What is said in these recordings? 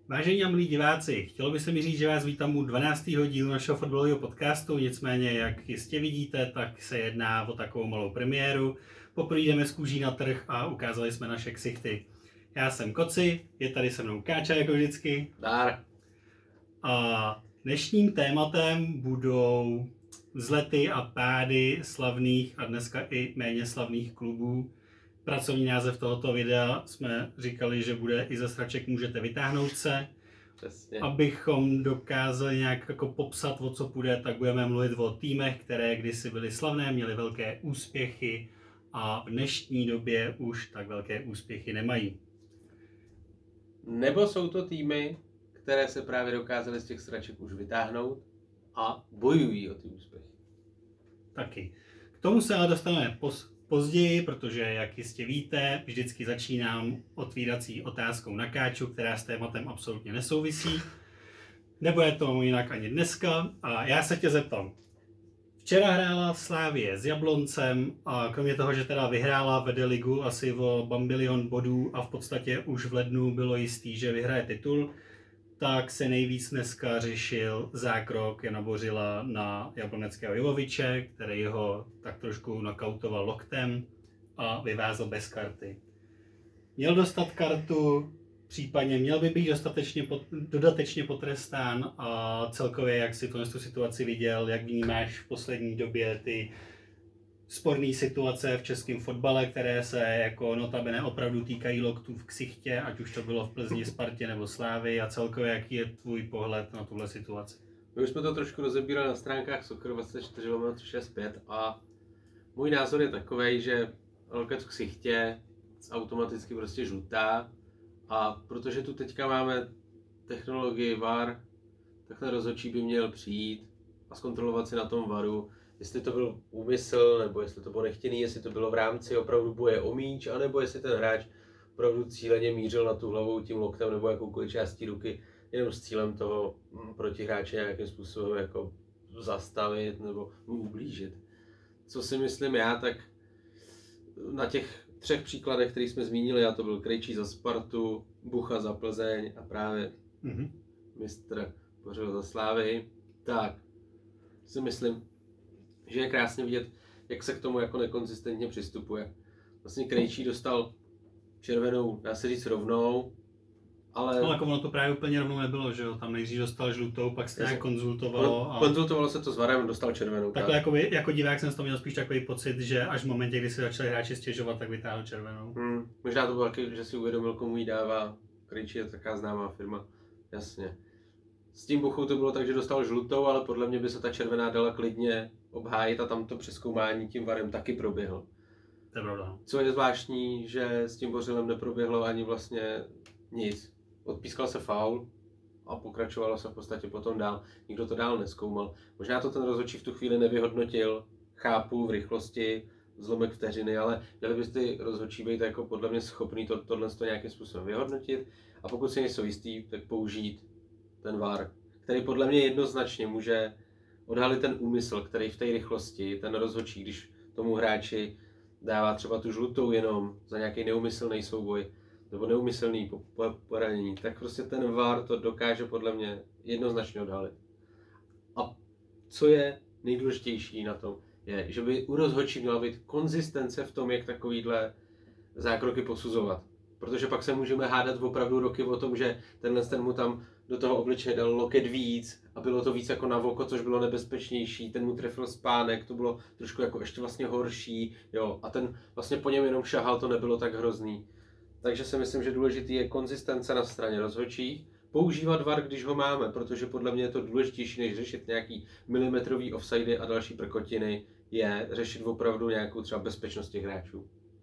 Vážení a milí diváci, chtělo by se mi říct, že vás vítám u 12. dílu našeho fotbalového podcastu, nicméně, jak jistě vidíte, tak se jedná o takovou malou premiéru. Poprvé jdeme z kůží na trh a ukázali jsme naše ksichty. Já jsem Koci, je tady se mnou Káča jako vždycky. Dár. A dnešním tématem budou vzlety a pády slavných a dneska i méně slavných klubů. Pracovní název tohoto videa jsme říkali, že bude I ze sraček můžete vytáhnout se. Přesně. Abychom dokázali nějak jako popsat, o co půjde, tak budeme mluvit o týmech, které kdysi byly slavné, měly velké úspěchy a v dnešní době už tak velké úspěchy nemají. Nebo jsou to týmy, které se právě dokázaly z těch sraček už vytáhnout a bojují o ty úspěchy. Taky. K tomu se ale dostaneme později, protože, jak jistě víte, vždycky začínám otvírací otázkou na Káču, která s tématem absolutně nesouvisí. Nebude to jinak ani dneska a já se tě zeptám. Včera hrála Slavie s Jabloncem a kromě toho, že teda vyhrála, vede ligu asi o bambilion bodů a v podstatě už v lednu bylo jistý, že vyhraje titul, tak se nejvíc dneska řešil zákrok Jana Bořila na jabloneckého Jovoviče, který ho tak trošku knockoutoval loktem a vyvázl bez karty. Měl dostat kartu, případně měl by být dodatečně potrestán a celkově, jak si tu situaci viděl, jak vnímáš v poslední době ty sporné situace v českém fotbale, které se jako notabene opravdu týkají loktů v ksichtě, ať už to bylo v Plzni, Spartě nebo Slávii, a celkově jaký je tvůj pohled na tuhle situaci? My už jsme to trošku rozebírali na stránkách Soccer24/6 a můj názor je takovej, že loket v ksichtě automaticky prostě žlutá a protože tu teďka máme technologii VAR, tak ten rozhodčí by měl přijít a zkontrolovat si na tom VARu, jestli to byl úmysl, nebo jestli to bylo nechtěný, jestli to bylo v rámci opravdu boje o míč, anebo jestli ten hráč opravdu cíleně mířil na tu hlavou tím loktem nebo jakoukoliv částí ruky, jenom s cílem toho protihráče nějakým způsobem jako zastavit nebo mu ublížit. Co si myslím já, tak na těch 3 příkladech, které jsme zmínili, a to byl Krejčí za Spartu, Bucha za Plzeň a právě mistr Bořil za Slávii, tak si myslím, že je krásně vidět, jak se k tomu jako nekonzistentně přistupuje. Vlastně Krejčí dostal červenou, dá se říct rovnou, ale... No, jako ono to právě úplně rovnou nebylo, že jo? Tam nejdřív dostal žlutou, pak se nějak konzultovalo. Konzultovalo se to s VARem, dostal červenou. Takhle jako divák jsem z toho měl spíš takový pocit, že až v momentě, kdy se začali hráči stěžovat, tak vytáhl červenou. Možná to bylo taky, že si uvědomil, komu jí dává. Krejčí je taková známá firma, jasně. S tím Buchou to bylo tak, že dostal žlutou, ale podle mě by se ta červená dala klidně obhájit a tam to přezkoumání tím VARem taky proběhlo. To je pravda. Co je zvláštní, že s tím Bořilem neproběhlo ani vlastně nic. Odpískal se faul a pokračovalo se v podstatě potom dál. Nikdo to dál nezkoumal. Možná to ten rozhodčí v tu chvíli nevyhodnotil, chápu v rychlosti, zlomek vteřiny, ale měli by ty rozhodčí být jako podle mě schopný tohle nějakým způsobem vyhodnotit a pokud si nejsou jistý, tak použít ten VAR, který podle mě jednoznačně může odhalit ten úmysl, který v té rychlosti ten rozhodčí, když tomu hráči dává třeba tu žlutou jenom za nějaký neumyslný souboj nebo neumyslný poranění, tak prostě ten VAR to dokáže podle mě jednoznačně odhalit. A co je nejdůležitější na tom, je, že by u rozhodčí měla být konzistence v tom, jak takovýhle zákroky posuzovat. Protože pak se můžeme hádat opravdu roky o tom, že ten mu tam do toho obličeje dal loket víc a bylo to víc jako na oko, což bylo nebezpečnější, ten mu trefil spánek, to bylo trošku jako ještě vlastně horší, jo, a ten vlastně po něm jenom šahal, to nebylo tak hrozný. Takže si myslím, že důležitý je konzistence na straně rozhodčích, používat VAR, když ho máme, protože podle mě je to důležitější, než řešit nějaký milimetrový offsidy a další prkotiny, je řešit opravdu nějakou třeba bezpečnost těch hráčů.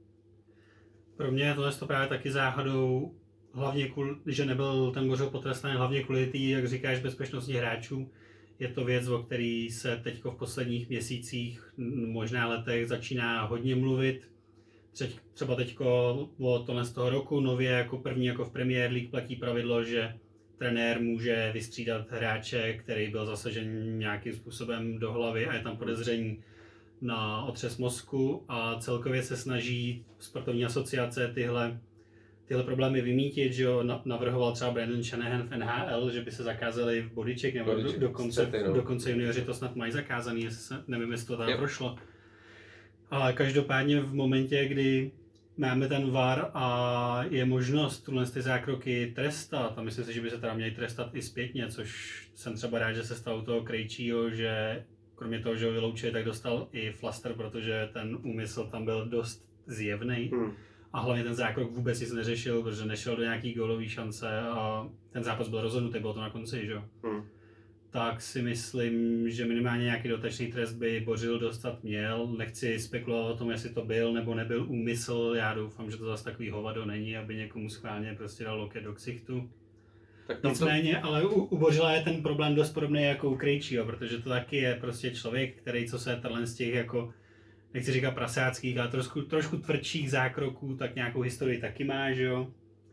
Pro mě je tohle právě taky záhadou, hlavně že nebyl ten Bořil potrestaný hlavně kvůli tý, jak říkáš, bezpečnosti hráčů. Je to věc, o který se teď v posledních měsících, možná letech začíná hodně mluvit. Třeba teď o tomhle z toho roku nově jako první jako v Premier League platí pravidlo, že trenér může vystřídat hráče, který byl zasažen nějakým způsobem do hlavy a je tam podezření na otřes mozku, a celkově se snaží sportovní asociace tyhle tyhle problémy vymítit, že jo, navrhoval třeba Brandon Shanahan v NHL, že by se zakázali bodyček, nebo dokonce junioři to snad mají zakázaný, nevím, jestli to tam prošlo. Ale každopádně v momentě, kdy máme ten VAR a je možnost tuhle ty zákroky trestat, a myslím si, že by se teda měli trestat i zpětně, což jsem třeba rád, že se stalo toho Krejčího, že kromě toho, že ho vyloučili, tak dostal i flaster, protože ten úmysl tam byl dost zjevný. A hlavně ten zákrok vůbec nic neřešil, protože nešel do nějaký gólový šance a ten zápas byl rozhodnutý, bylo to na konci, že jo. Tak si myslím, že minimálně nějaký dotačný trest by Bořil dostat měl. Nechci spekulovat o tom, jestli to byl nebo nebyl úmysl. Já doufám, že to zase takový hovado není, aby někomu schválně prostě dal loket do ksichtu. Nicméně, ale u Bořila je ten problém dost podobný jako u Krejčího, protože to taky je prostě člověk, který co se tenhle z těch jako, nechci říkat prasáckých, ale trošku tvrdších zákroků, tak nějakou historii taky má, že jo.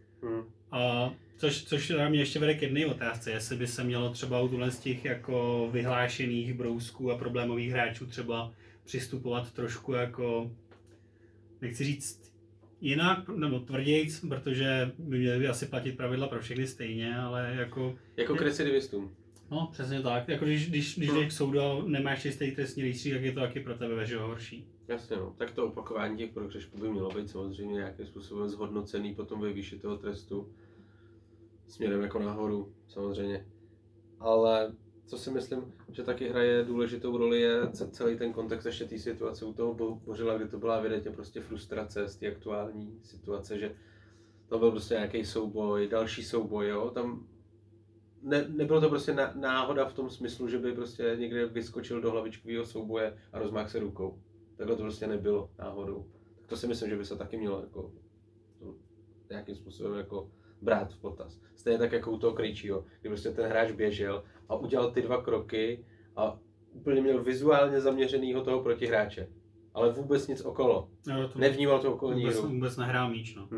A což mě ještě vede k jedné otázce, jestli by se mělo třeba u z těch jako vyhlášených brousků a problémových hráčů třeba přistupovat trošku jako, nechci říct jinak, nebo tvrdějc, protože by měly asi platit pravidla pro všechny stejně, ale jako... Jako k recidivistům. No, přesně tak. Jako když jdeš k soudu a nemáš čistý trestní rejstřík, tak je to taky pro tebe vežeho horší. Jasně, no. Tak to opakování těch prohřešků by mělo být samozřejmě nějakým způsobem zhodnocený potom ve výši toho trestu. Směrem jako nahoru, samozřejmě. Ale co si myslím, že taky hraje důležitou roli, je celý ten kontext ještě té situace u toho Bořila, kdy to byla evidentně prostě frustrace z té aktuální situace, že to byl prostě nějaký souboj, další souboj, jo, tam nebylo to prostě náhoda v tom smyslu, že by prostě někde vyskočil do hlavičkového souboje a rozmáhl se rukou. Takhle to prostě nebylo náhodou. Tak to si myslím, že by se taky mělo jako nějakým způsobem jako brát v potaz. Stejně tak jako u toho Krejčího, kdy prostě ten hráč běžel a udělal ty 2 kroky a úplně měl vizuálně zaměřenýho toho protihráče. Ale vůbec nic okolo. Nevnímal to okolní hru. Vůbec nehrál míč, no.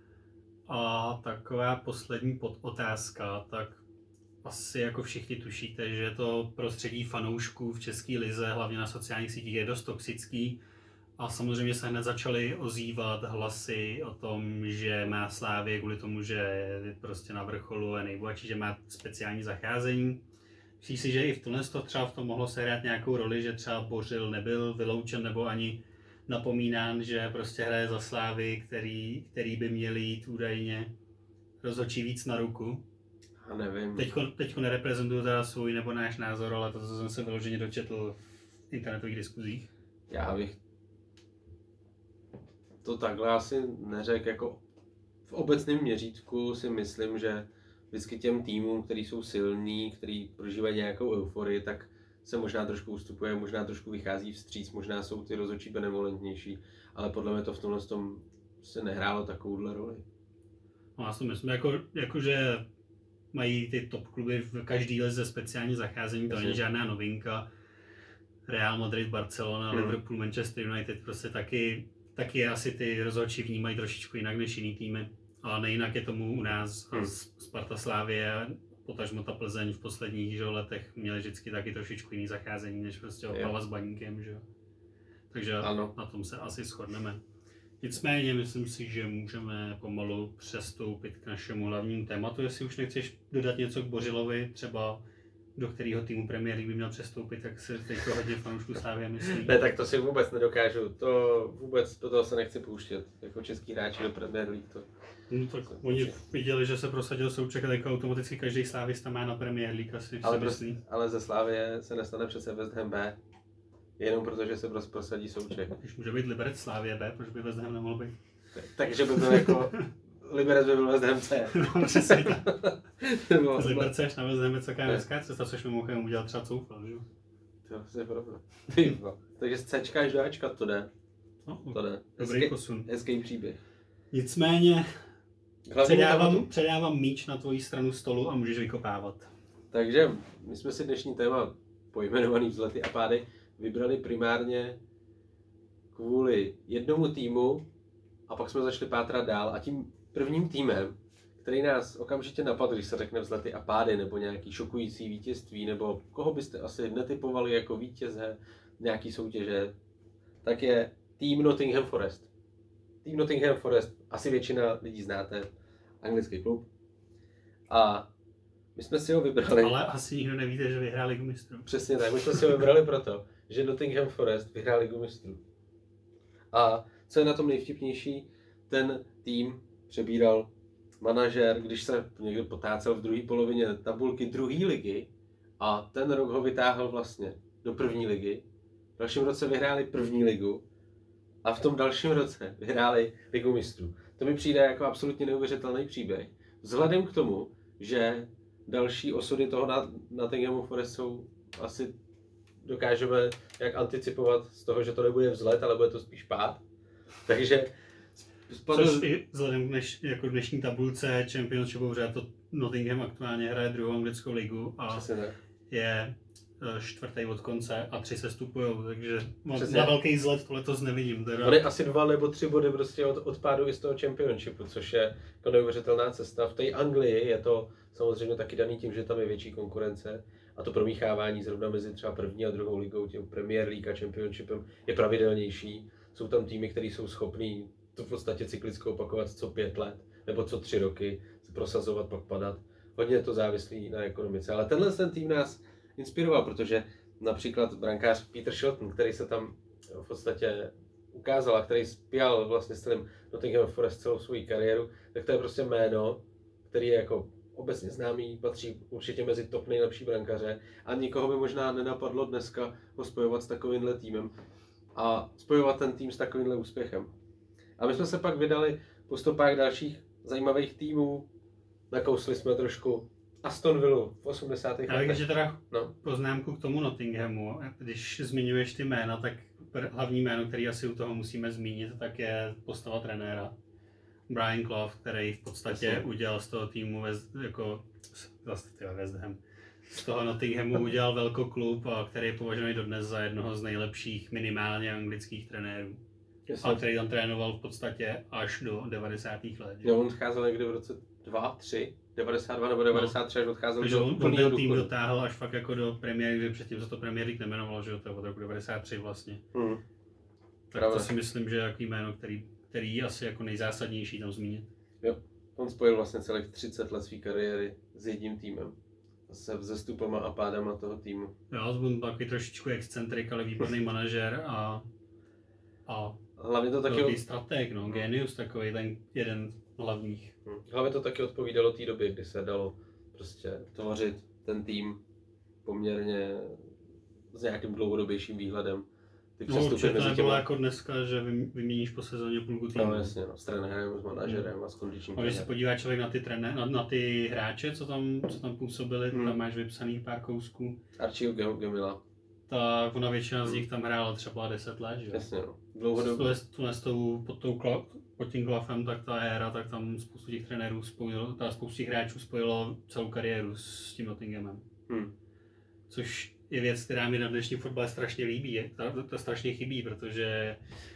A taková poslední podotázka, tak asi jako všichni tušíte, že to prostředí fanoušků v české lize, hlavně na sociálních sítích, je dost toxický. A samozřejmě se hned začaly ozývat hlasy o tom, že má Slavie kvůli tomu, že je prostě na vrcholu a nejbohatší, že má speciální zacházení. Myslíš si, že i v tomhle třeba v tom mohlo sehrát nějakou roli, že třeba Bořil nebyl vyloučen nebo ani napomínán, že prostě hraje za Slávy, který by měli jít údajně rozhodčí víc na ruku? A nevím. Teďko nereprezentuju teda svůj nebo náš názor, ale to jsem se vyloženě dočetl v internetových diskuzích. Já bych to takhle asi neřekl, jako v obecném měřítku si myslím, že vždycky těm týmům, který jsou silní, který prožívají nějakou euforii, tak se možná trošku ustupuje, možná trošku vychází vstříc, možná jsou ty rozhodčí benevolentnější, ale podle mě to v tomhle tom se nehrálo takovouhle roli. No, já si myslím, že mají ty top kluby v každý lize speciální zacházení, to není žádná novinka. Real Madrid, Barcelona, Liverpool, Manchester United prostě taky asi ty rozhodčí vnímají trošičku jinak než jiný týmy, ale nejinak je tomu u nás. Sparta, Slavie, potažmo ta Plzeň v posledních letech měli vždycky taky trošičku jiný zacházení než prostě Opava s Baníkem, že? Takže ano. Na tom se asi shodneme. Nicméně myslím si, že můžeme pomalu přestoupit k našemu hlavnímu tématu, jestli už nechceš dodat něco k Bořilovi, třeba do kterého týmu Premier League by měl přestoupit, tak si teď hodně fanoušků Slavie myslí. Ne, tak to si vůbec nedokážu, do toho se nechci pouštět, jako český hráči do Premier League to. No tak oni viděli, že se prosadil Souček a tak automaticky každý slávista má na Premier League asi ale ze Slavie se nestane přece West Ham B, jenom protože se prosadí Souček. Když může být Liberec Slavie B, proč by West Ham nemohl být? Takže by byl jako Liberec by byl West Ham C. No přesně tak. Z Liberce až na West Ham je celká hezká cesta, což mi můžeme udělat třeba Coufal, že jo? To je pravda. Takže z Cčka až do Ačka to jde. No, to jde. Dobrý posun. Hezký příběh. Nicméně předávám míč na tvoji stranu stolu a můžeš vykopávat. Takže my jsme si dnešní téma pojmenovaný Vzlety a pády vybrali primárně kvůli jednomu týmu a pak jsme začali pátrat dál a tím prvním týmem, který nás okamžitě napadl, když se řekne Vzlety a pády nebo nějaký šokující vítězství nebo koho byste asi netypovali jako vítěze nějaký soutěže, tak je tým Nottingham Forest. tým Nottingham Forest, asi většina lidí znáte, anglický klub. A my jsme si ho vybrali. Ale asi nikdo nevíte, že vyhráli Ligu mistrů. Přesně tak, my jsme si ho vybrali proto, že Nottingham Forest vyhrál Ligu mistrů. A co je na tom nejvtipnější, ten tým přebíral manažer, když se někdo potácel v druhé polovině tabulky druhé ligy a ten rok ho vytáhl vlastně do první ligy. V dalším roce vyhráli první ligu a v tom dalším roce vyhráli Ligu mistrů. To mi přijde jako absolutně neuvěřitelný příběh. Vzhledem k tomu, že další osudy toho Nottinghamu Forest jsou asi dokážeme jak anticipovat z toho, že to nebude vzlet, ale bude to spíš pád. Takže což i vzhledem k dnešní tabulce Championshipu, že to Nottingham aktuálně hraje druhou anglickou ligu a je čtvrtý od konce a 3 se stupujou, takže na velký vzlet to letos nevidím. Teda. On je asi 2 nebo 3 body prostě od pádu i z toho Championshipu, což je jako neuvěřitelná cesta. V té Anglii je to samozřejmě taky daný tím, že tam je větší konkurence a to promíchávání zrovna mezi třeba první a druhou ligou, tím Premier League a Championshipem je pravidelnější. Jsou tam týmy, které jsou schopní to v podstatě cyklicky opakovat co 5 let nebo co 3 roky, se prosazovat, pak padat. Hodně je to závislý na ekonomice, ale ten tým nás inspiroval, protože například brankář Peter Shilton, který se tam v podstatě ukázal a který spěl vlastně s tím Nottingham Forest celou svou kariéru, tak to je prostě jméno, který je jako obecně známý, patří určitě mezi top nejlepší brankaře a nikoho by možná nenapadlo dneska ho spojovat s takovýmhle týmem a spojovat ten tým s takovýmhle úspěchem. A my jsme se pak vydali po stopách dalších zajímavých týmů, nakousli jsme trošku Aston Villa v 80. letech. Já bych teda poznámku k tomu Nottinghamu. Když zmiňuješ ty jména, tak hlavní jméno, který asi u toho musíme zmínit, tak je postava trenéra. Brian Clough, který v podstatě udělal z toho týmu West Ham. Z toho Nottinghamu udělal velkoklub, který je považovaný dodnes za jednoho z nejlepších minimálně anglických trenérů. A který tam trénoval v podstatě až do 90. let. Jo, on odcházel někdy v roce 92 nebo 93, až odcházel do plného tým dotáhl až fakt jako do Premier League, předtím se to Premier League nemenoval, že jo, to je od roku 93 vlastně. Tak to si myslím, že je jaký jméno, který je asi jako nejzásadnější tam zmínit. Jo, on spojil vlastně celých 30 let své kariéry s jedním týmem. Se vzestupama a pádama toho týmu. Jo, on takový trošičku excentrik, ale výborný manažer a hlavně to taky strateg, genius takový, ten jeden hlavních. Hlavně to taky odpovídalo té době, kdy se dalo prostě tvořit ten tým poměrně s nějakým dlouhodobějším výhledem. Určitě to nebylo jako dneska, že vyměníš po sezóně půlku týmu. No jasně, s trenérem, s manažerem a s kondičním. A když se podívá člověk na ty hráče, co tam působili, tam máš vypsaných pár kousků. Archie Gemila. Tak ona většina z nich tam hrála třeba 10 let, že? Jasně, dlouhodobě. Pod tím Cloughem, tak ta éra, tak tam spoustu těch trenérů spoustu hráčů spojilo celou kariéru s tím Nottinghamem. Což je věc, která mi na dnešní fotbale strašně líbí, to strašně chybí, protože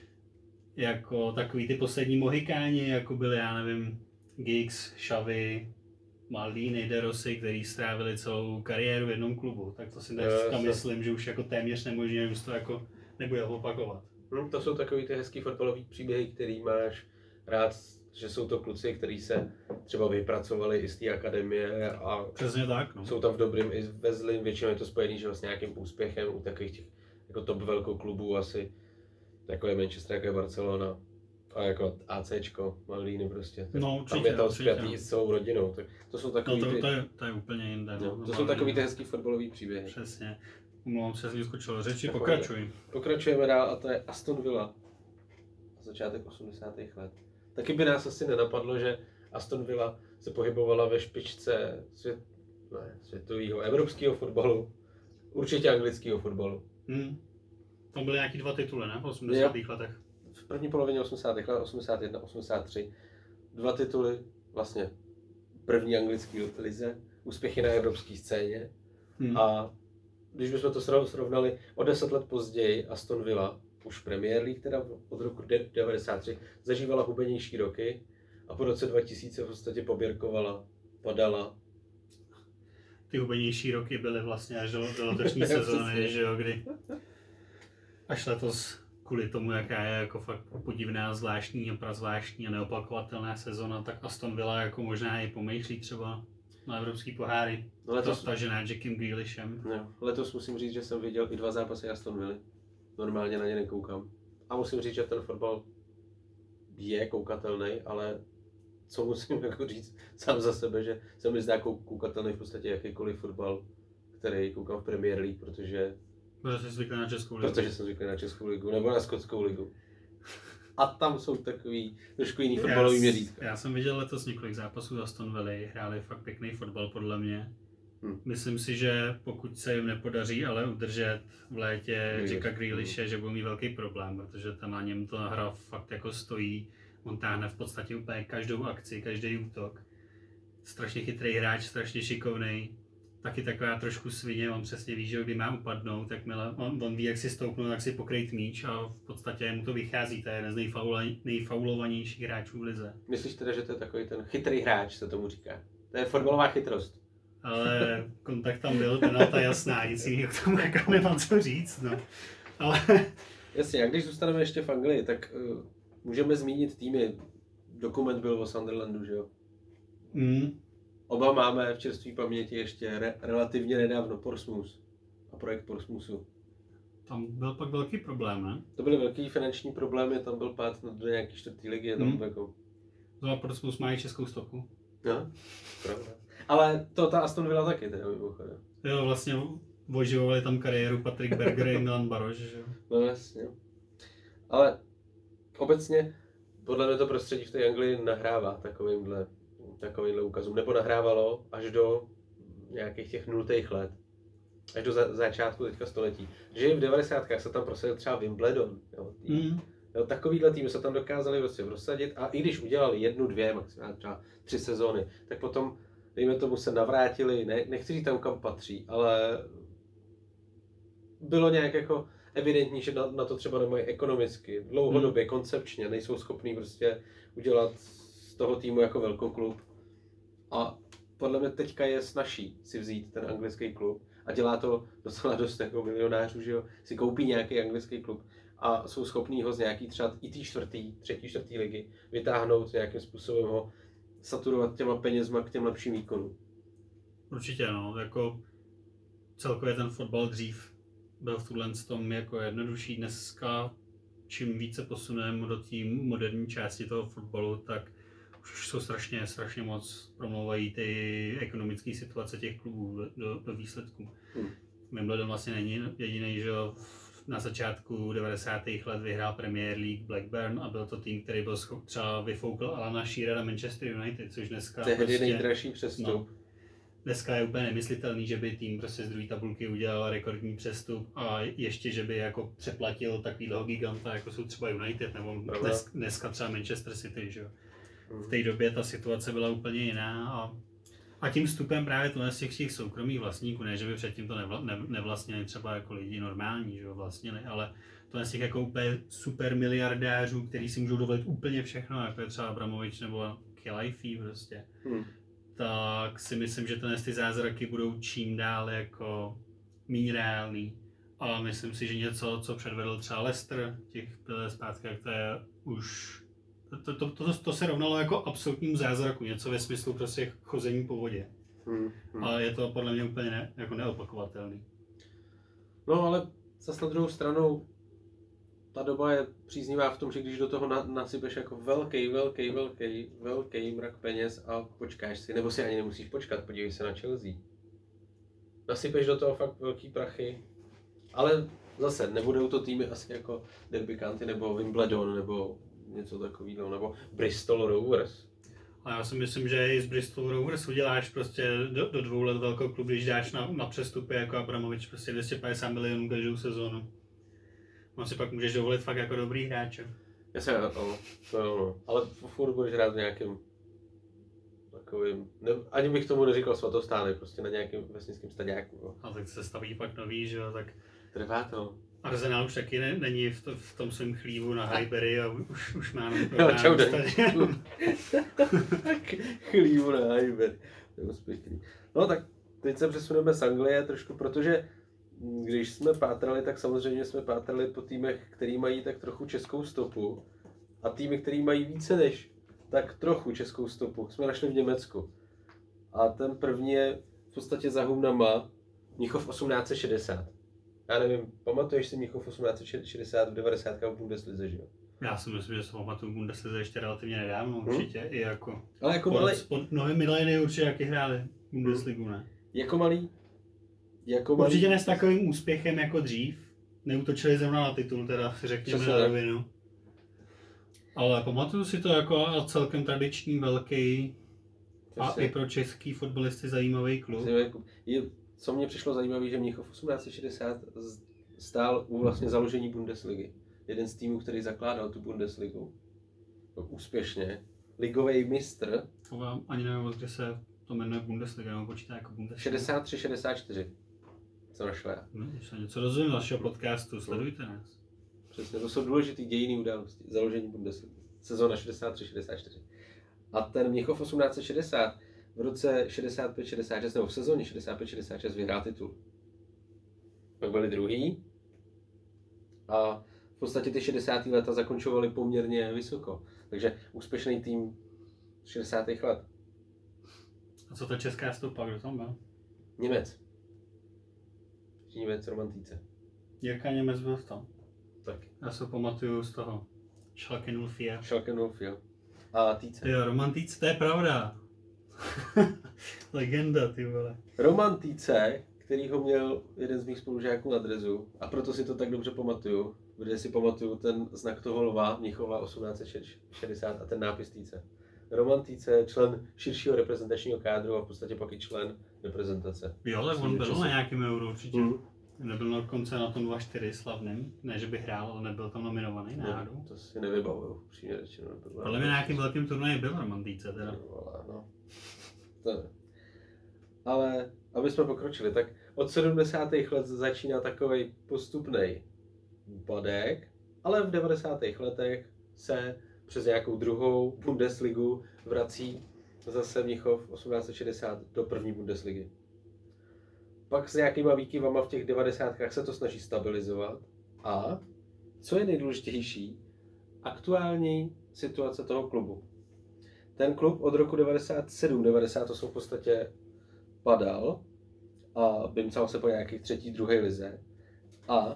jako takový ty poslední mohikáni, jako byli, já nevím, Giggs, Xavi, Maldini, De Rossi, který strávili celou kariéru v jednom klubu, tak to si dneska myslím, že už jako téměř nemožné, už to jako nebude opakovat. To jsou takový ty hezký fotbalový příběhy, který máš rád, že jsou to kluci, kteří se třeba vypracovali i z té akademie a přesně tak, jsou tam v dobrým i ve zlým, většinou je to spojený že s nějakým úspěchem u takových těch jako top velkou klubů asi, jako je Manchester, jako je Barcelona a jako ACčko, Maldini prostě. Tam je to spjatý s celou rodinou. Tak to jsou takový to je úplně jinde. To jsou takový ty hezký fotbalový příběhy. Přesně. Umlouvám se, jsem skočil řeči, pokračuj. Pokračujeme dál a to je Aston Villa. Začátek 80. let. Taky by nás asi nenapadlo, že Aston Villa se pohybovala ve špičce světového, evropského fotbalu, určitě anglického fotbalu. Tam byly nějaký 2 tituly, ne? V 80. letech. V první polovině 80. let, 81, 83. 2 tituly, vlastně první anglický lize, úspěchy na evropské scéně. A když bychom to srovnali o 10 let později, Aston Villa, už Premier League, teda od roku 1993, zažívala hubenější roky a po roce 2000 v podstatě poběrkovala, padala. Ty hubenější roky byly vlastně až do letošní sezóny, že jo, kdy až letos kvůli tomu, jaká je jako fakt podivná, zvláštní a prazvláštní a neopakovatelná sezona, tak Aston Villa jako možná i pomýšlí třeba na evropský poháry. Letos, Stažená Jackiem Grealishem. letos musím říct, že jsem viděl i 2 zápasy Aston Villa. Normálně na ně nekoukám. A musím říct, že ten fotbal je koukatelný, ale co musím jako říct sám za sebe, že se mi zdá koukatelný v podstatě jakýkoliv fotbal, který koukám v Premier League, protože jsi zvyklý na Českou ligu. Protože jsem zvyklý na Českou ligu nebo na Skotskou ligu. A tam jsou takový trošku jiný fotbalový měřítka. Já jsem viděl letos několik zápasů Aston Villa, hráli fakt pěkný fotbal podle mě. Myslím si, že pokud se jim nepodaří ale udržet v létě Jacka Grealishe, že budou mít velký problém, protože tam na něm ta hra fakt jako stojí. On táhne v podstatě úplně každou akci, každý útok. Strašně chytrý hráč, strašně šikovnej. Taky taková trošku svině, on přesně ví, že kdy má upadnout, jakmile on ví, jak si stoupnout, jak si pokrýt míč a v podstatě mu to vychází, to je jeden z nejfaulovanějších hráčů v lize. Myslíš teda, že to je takový ten chytrý hráč, se tomu říká? To je fotbalová chytrost. Ale kontakt tam byl, penalta jasná, nic jiného k tomu jako nemám co říct, no. Ale... Jasně, a když zůstaneme ještě v Anglii, tak můžeme zmínit týmy. Dokument byl o Sunderlandu, že jo? Oba máme v čerstvé paměti ještě relativně nedávno Portsmouth a projekt Portsmouthu. Tam byl pak velký problém, ne? To byly velký finanční problémy, tam byl pád do nějaké 4. ligy. Tam jako... No a Portsmouth má i českou stopu. No, pravda. Ale to ta Aston Villa taky teda mimochodem. Jo, vlastně oživovali tam kariéru Patrick Berger i Milan Baroš, že jo? No jasně. Ale obecně podle mě to prostředí v té Anglii nahrává takovýmhle ukazům. Nebo nahrávalo až do nějakých těch 0. let. Až do začátku teďka století. Že i v 90. se tam prosadil třeba Wimbledon. Jo, takovýhle týmy se tam dokázali vlastně prosadit a i když udělali 1, 2, maximálně třeba 3 sezóny, tak potom, dejme tomu, se navrátili, nechci říct tam, kam patří, ale bylo nějak jako evidentní, že na to třeba nemají ekonomicky, dlouhodobě, koncepčně, nejsou schopní prostě udělat z toho týmu jako velkoklub. A podle mě teďka je snazší si vzít ten anglický klub a dělá to docela dost jako milionářů, že jo, si koupí nějaký anglický klub a jsou schopní ho z nějaký třeba i té 3. ligy vytáhnout nějakým způsobem, ho saturovat těma penězma k těm lepším výkonům. Určitě no, jako celkově ten fotbal dřív byl v tuhle tom jako jednodušší. Dneska čím více posuneme do té moderní části toho fotbalu, tak už jsou strašně moc promlouvají ty ekonomické situace těch klubů do výsledků. Wimbledon vlastně není jediný, že na začátku 90. let vyhrál Premier League Blackburn a byl to tým, který byl třeba vyfoukl Alana Shearera na Manchester United, což dneska tehdy prostě nejdražší přestup. No, dneska je úplně nemyslitelný, že by tým prostě z druhé tabulky udělal rekordní přestup a ještě, že by jako přeplatil takovýhleho giganta, jako jsou třeba United nebo dneska třeba Manchester City, že jo. V té době ta situace byla úplně jiná a tím vstupem právě tohle z těch soukromých vlastníků, ne že by předtím to nevlastnili třeba jako lidi normální, že jo, vlastnili, ale tohle z těch jako úplně super miliardářů, kteří si můžou dovolit úplně všechno, jako je třeba Abramovič nebo Kelaifi prostě. Tak si myslím, že ty zázraky budou čím dál jako míň reálný. A myslím si, že něco, co předvedl třeba Leicester těch let zpátky, jak to je už... To se rovnalo jako absolutnímu zázraku, něco ve smyslu prostě chození po vodě. A je to podle mě úplně jako neopakovatelný. No ale zase na druhou stranu, ta doba je příznivá v tom, že když do toho nasypeš jako velký mrak peněz a počkáš si, nebo si ani nemusíš počkat, podívej se na Chelsea. Nasypeš do toho fakt velký prachy, ale zase nebudou to týmy asi jako Derby County nebo Wimbledon nebo něco takového, nebo Bristol Rovers. A já si myslím, že i z Bristol Rovers uděláš prostě do 2 let velkou klub, když dáš na přestupy jako Abramovič prostě 250 milionů každou sezónu. On si pak můžeš dovolit fakt jako dobrý hráče. Jasně, no. Ale furt budeš hrát v nějakém takovým, ani bych tomu neříkal svatostánek, prostě na nějakém vesnickém staďáku. No. A tak se staví pak nový, že jo, tak... Trvá to. Arsenal už taky není v tom svém chlívu na Highbury a už má čau chlívu na Highbury. No tak teď se přesuneme z Anglie trošku, protože když jsme pátrali, tak samozřejmě jsme pátrali po týmech, který mají tak trochu českou stopu. A týmy, který mají více než tak trochu českou stopu, jsme našli v Německu. A ten první je v podstatě za humnama Mnichov 1860. Já nevím, pamatuješ si Mnichov 1860 v 90. v Bundeslize, že jo? Já si myslím, že se pamatuju Bundeslize ještě relativně nedávno, určitě. I jako, Ale jako pod mnohé milény určitě jaký hráli Bundesligu, ne? Jako malý? Určitě ne s takovým úspěchem jako dřív. Neútočili zrovna na titul, teda si řekněme na rovinu. Ale pamatuju si to jako celkem tradiční, velký a i pro český fotbalisty zajímavý klub. Co mě přišlo zajímavé, že Mnichov 1860 stál u vlastně založení Bundesligy. Jeden z týmů, který zakládal tu Bundesligu. Úspěšně. Ligový mistr. Ani nevím, kde se to jmenuje Bundesliga, nebo počítá jako Bundesliga. 63-64. Co našel já. Se něco dozvím z našeho podcastu, sledujte nás. Přesně, to jsou důležitý dějinné události. Založení Bundesligy. Sezóna 63-64. A ten Mnichov 1860 v roce 65-66, nebo v sezóně 65-66 vyhrál titul. Pak byli druhý. A v podstatě ty 60. leta zakončovali poměrně vysoko. Takže úspěšný tým 60. let. A co ta česká stopa, kdo tam byl? Němec Romantice. Jirka Němec byl v tom. Tak. Já se pamatuju z toho. Schalke 04. Schalke 04. A Týce. Jo, Romantice, to je pravda. Legenda, ty vole. Romantice, který ho měl jeden z mých spolužáků na drezu, a proto si to tak dobře pamatuju, protože si pamatuju ten znak toho lva Mnichova 1860 a ten nápis Týce. Romantice, člen širšího reprezentačního kádru a v podstatě pak i člen reprezentace. Jo, tak on byl na nějakém euro určitě. Nebyl dokonce na tom 2-4 slavným, ne že by hrál, ale nebyl tam nominovaný náhodou. No, to si nevybavuju, přímě řečeno. Podle mě na nějakým velkým turnaji byl Romantice teda. No. To ne. Ale aby jsme pokročili, tak od 70. let začíná takovej postupný úpadek, ale v 90. letech se přes nějakou druhou Bundesligu vrací zase Mnichov 1860 do první Bundesligy. Pak s nějakýma výkyvama v těch 90. se to snaží stabilizovat a co je nejdůležitější, aktuální situace toho klubu. Ten klub od roku 97-98 v podstatě padal a vymcal se po nějakých třetí, druhé lize. A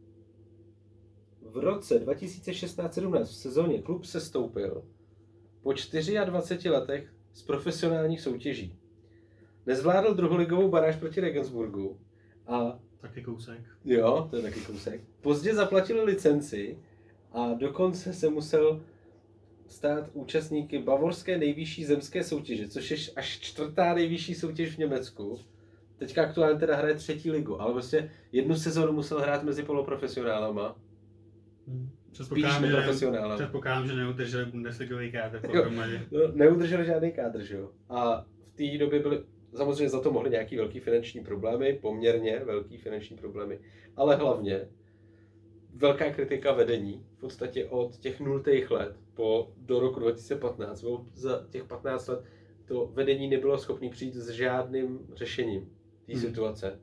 v roce 2016-17 v sezóně klub se stoupil po 24 letech z profesionálních soutěží. Nezvládl druholigovou baráž proti Regensburgu a... Taky kousek. Jo, to je taky kousek. Pozdě zaplatili licenci a dokonce se musel stát účastníky bavorské nejvyšší zemské soutěže, což je až čtvrtá nejvyšší soutěž v Německu. Teďka aktuálně teda hraje třetí ligu, ale vlastně jednu sezónu musel hrát mezi poloprofesionálama. Předpokládám, že neudrželi Bundesligový kádr pohromadě. No, neudrželi žádný kádr, že jo. A v té době byly, samozřejmě za to mohly nějaký velký finanční problémy, poměrně velký finanční problémy, ale hlavně velká kritika vedení, v podstatě od těch 0. let do roku 2015, za těch 15 let to vedení nebylo schopné přijít s žádným řešením té situace.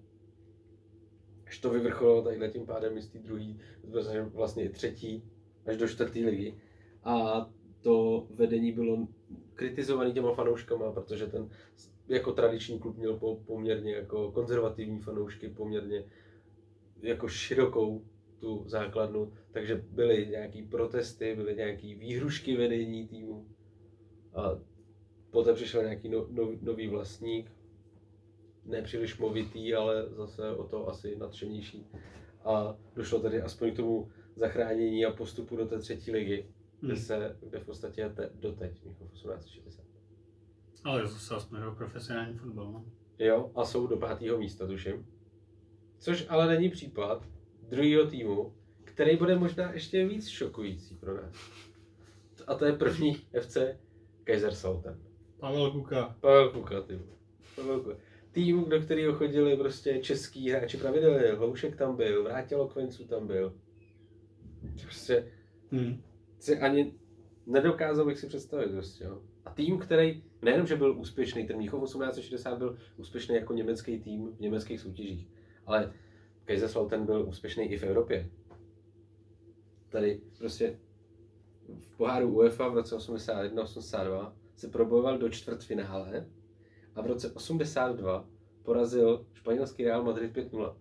Až to vyvrcholilo tadyhle tím pádem z té druhé, vlastně třetí až do 4. ligy. A to vedení bylo kritizované těma fanouškama, protože ten jako tradiční klub měl poměrně jako konzervativní fanoušky, poměrně jako širokou tu základnu, takže byly nějaký protesty, byly nějaký výhrušky vedení týmu. A poté přišel nějaký nový vlastník, nepříliš movitý, ale zase o to asi nadšenější. A došlo tedy aspoň k tomu zachránění a postupu do té 3. ligy, kde v podstatě je doteď Mnichov 1860. Ale zase aspoň hrajou profesionální fotbal, no? Jo, a jsou do 5. místa, tuším. Což ale není případ druhého týmu, který bude možná ještě víc šokující pro nás. A to je první FC Kaiserslautern. Pavel Kuka, ty. Pavel Kuka. Tým, do kterého chodili prostě český hráči pravidelně. Hloušek tam byl, Vrátil Kvencu tam byl. Prostě si ani nedokázal bych si představit. Prostě, jo. A tým, který nejenom, že byl úspěšný, ten Mnichov 1860 byl úspěšný jako německý tým v německých soutěžích, ale Kaiserslautern byl úspěšný i v Evropě. Tady prostě v poháru UEFA v roce 81-82 se probojoval do čtvrtfinále a v roce 82 porazil španělský Real Madrid 5-0.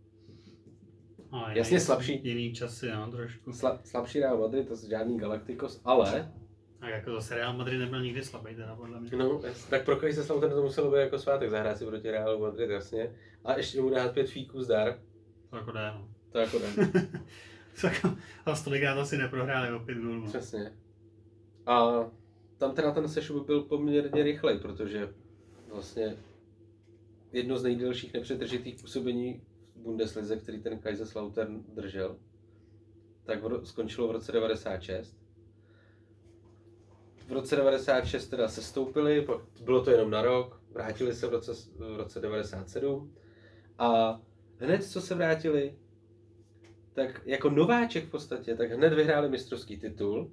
Jasně slabší. Jiný časy, no, trošku. Slabší Real Madrid, to je žádný Galacticos, ale... A jako zase Real Madrid nebyl nikdy slabý, teda podle mě. No, tak pro Kaiserslautern to muselo být jako svátek, zahrát si proti Realu Madrid, jasně. A ještě mu dát 5 fíků zdar. To jako jde, no. To jako jde. A stolikrát asi neprohráli o 5 gólů. Přesně. A tam teda ten sešup byl poměrně rychlej, protože vlastně jedno z nejdelších nepřetržitých působení v Bundeslize, který ten Kaiserslautern držel, tak skončilo v roce 96. V roce 96 teda sestoupili, bylo to jenom na rok, vrátili se v roce 97 a hned co se vrátili, tak jako nováček v podstatě, tak hned vyhráli mistrovský titul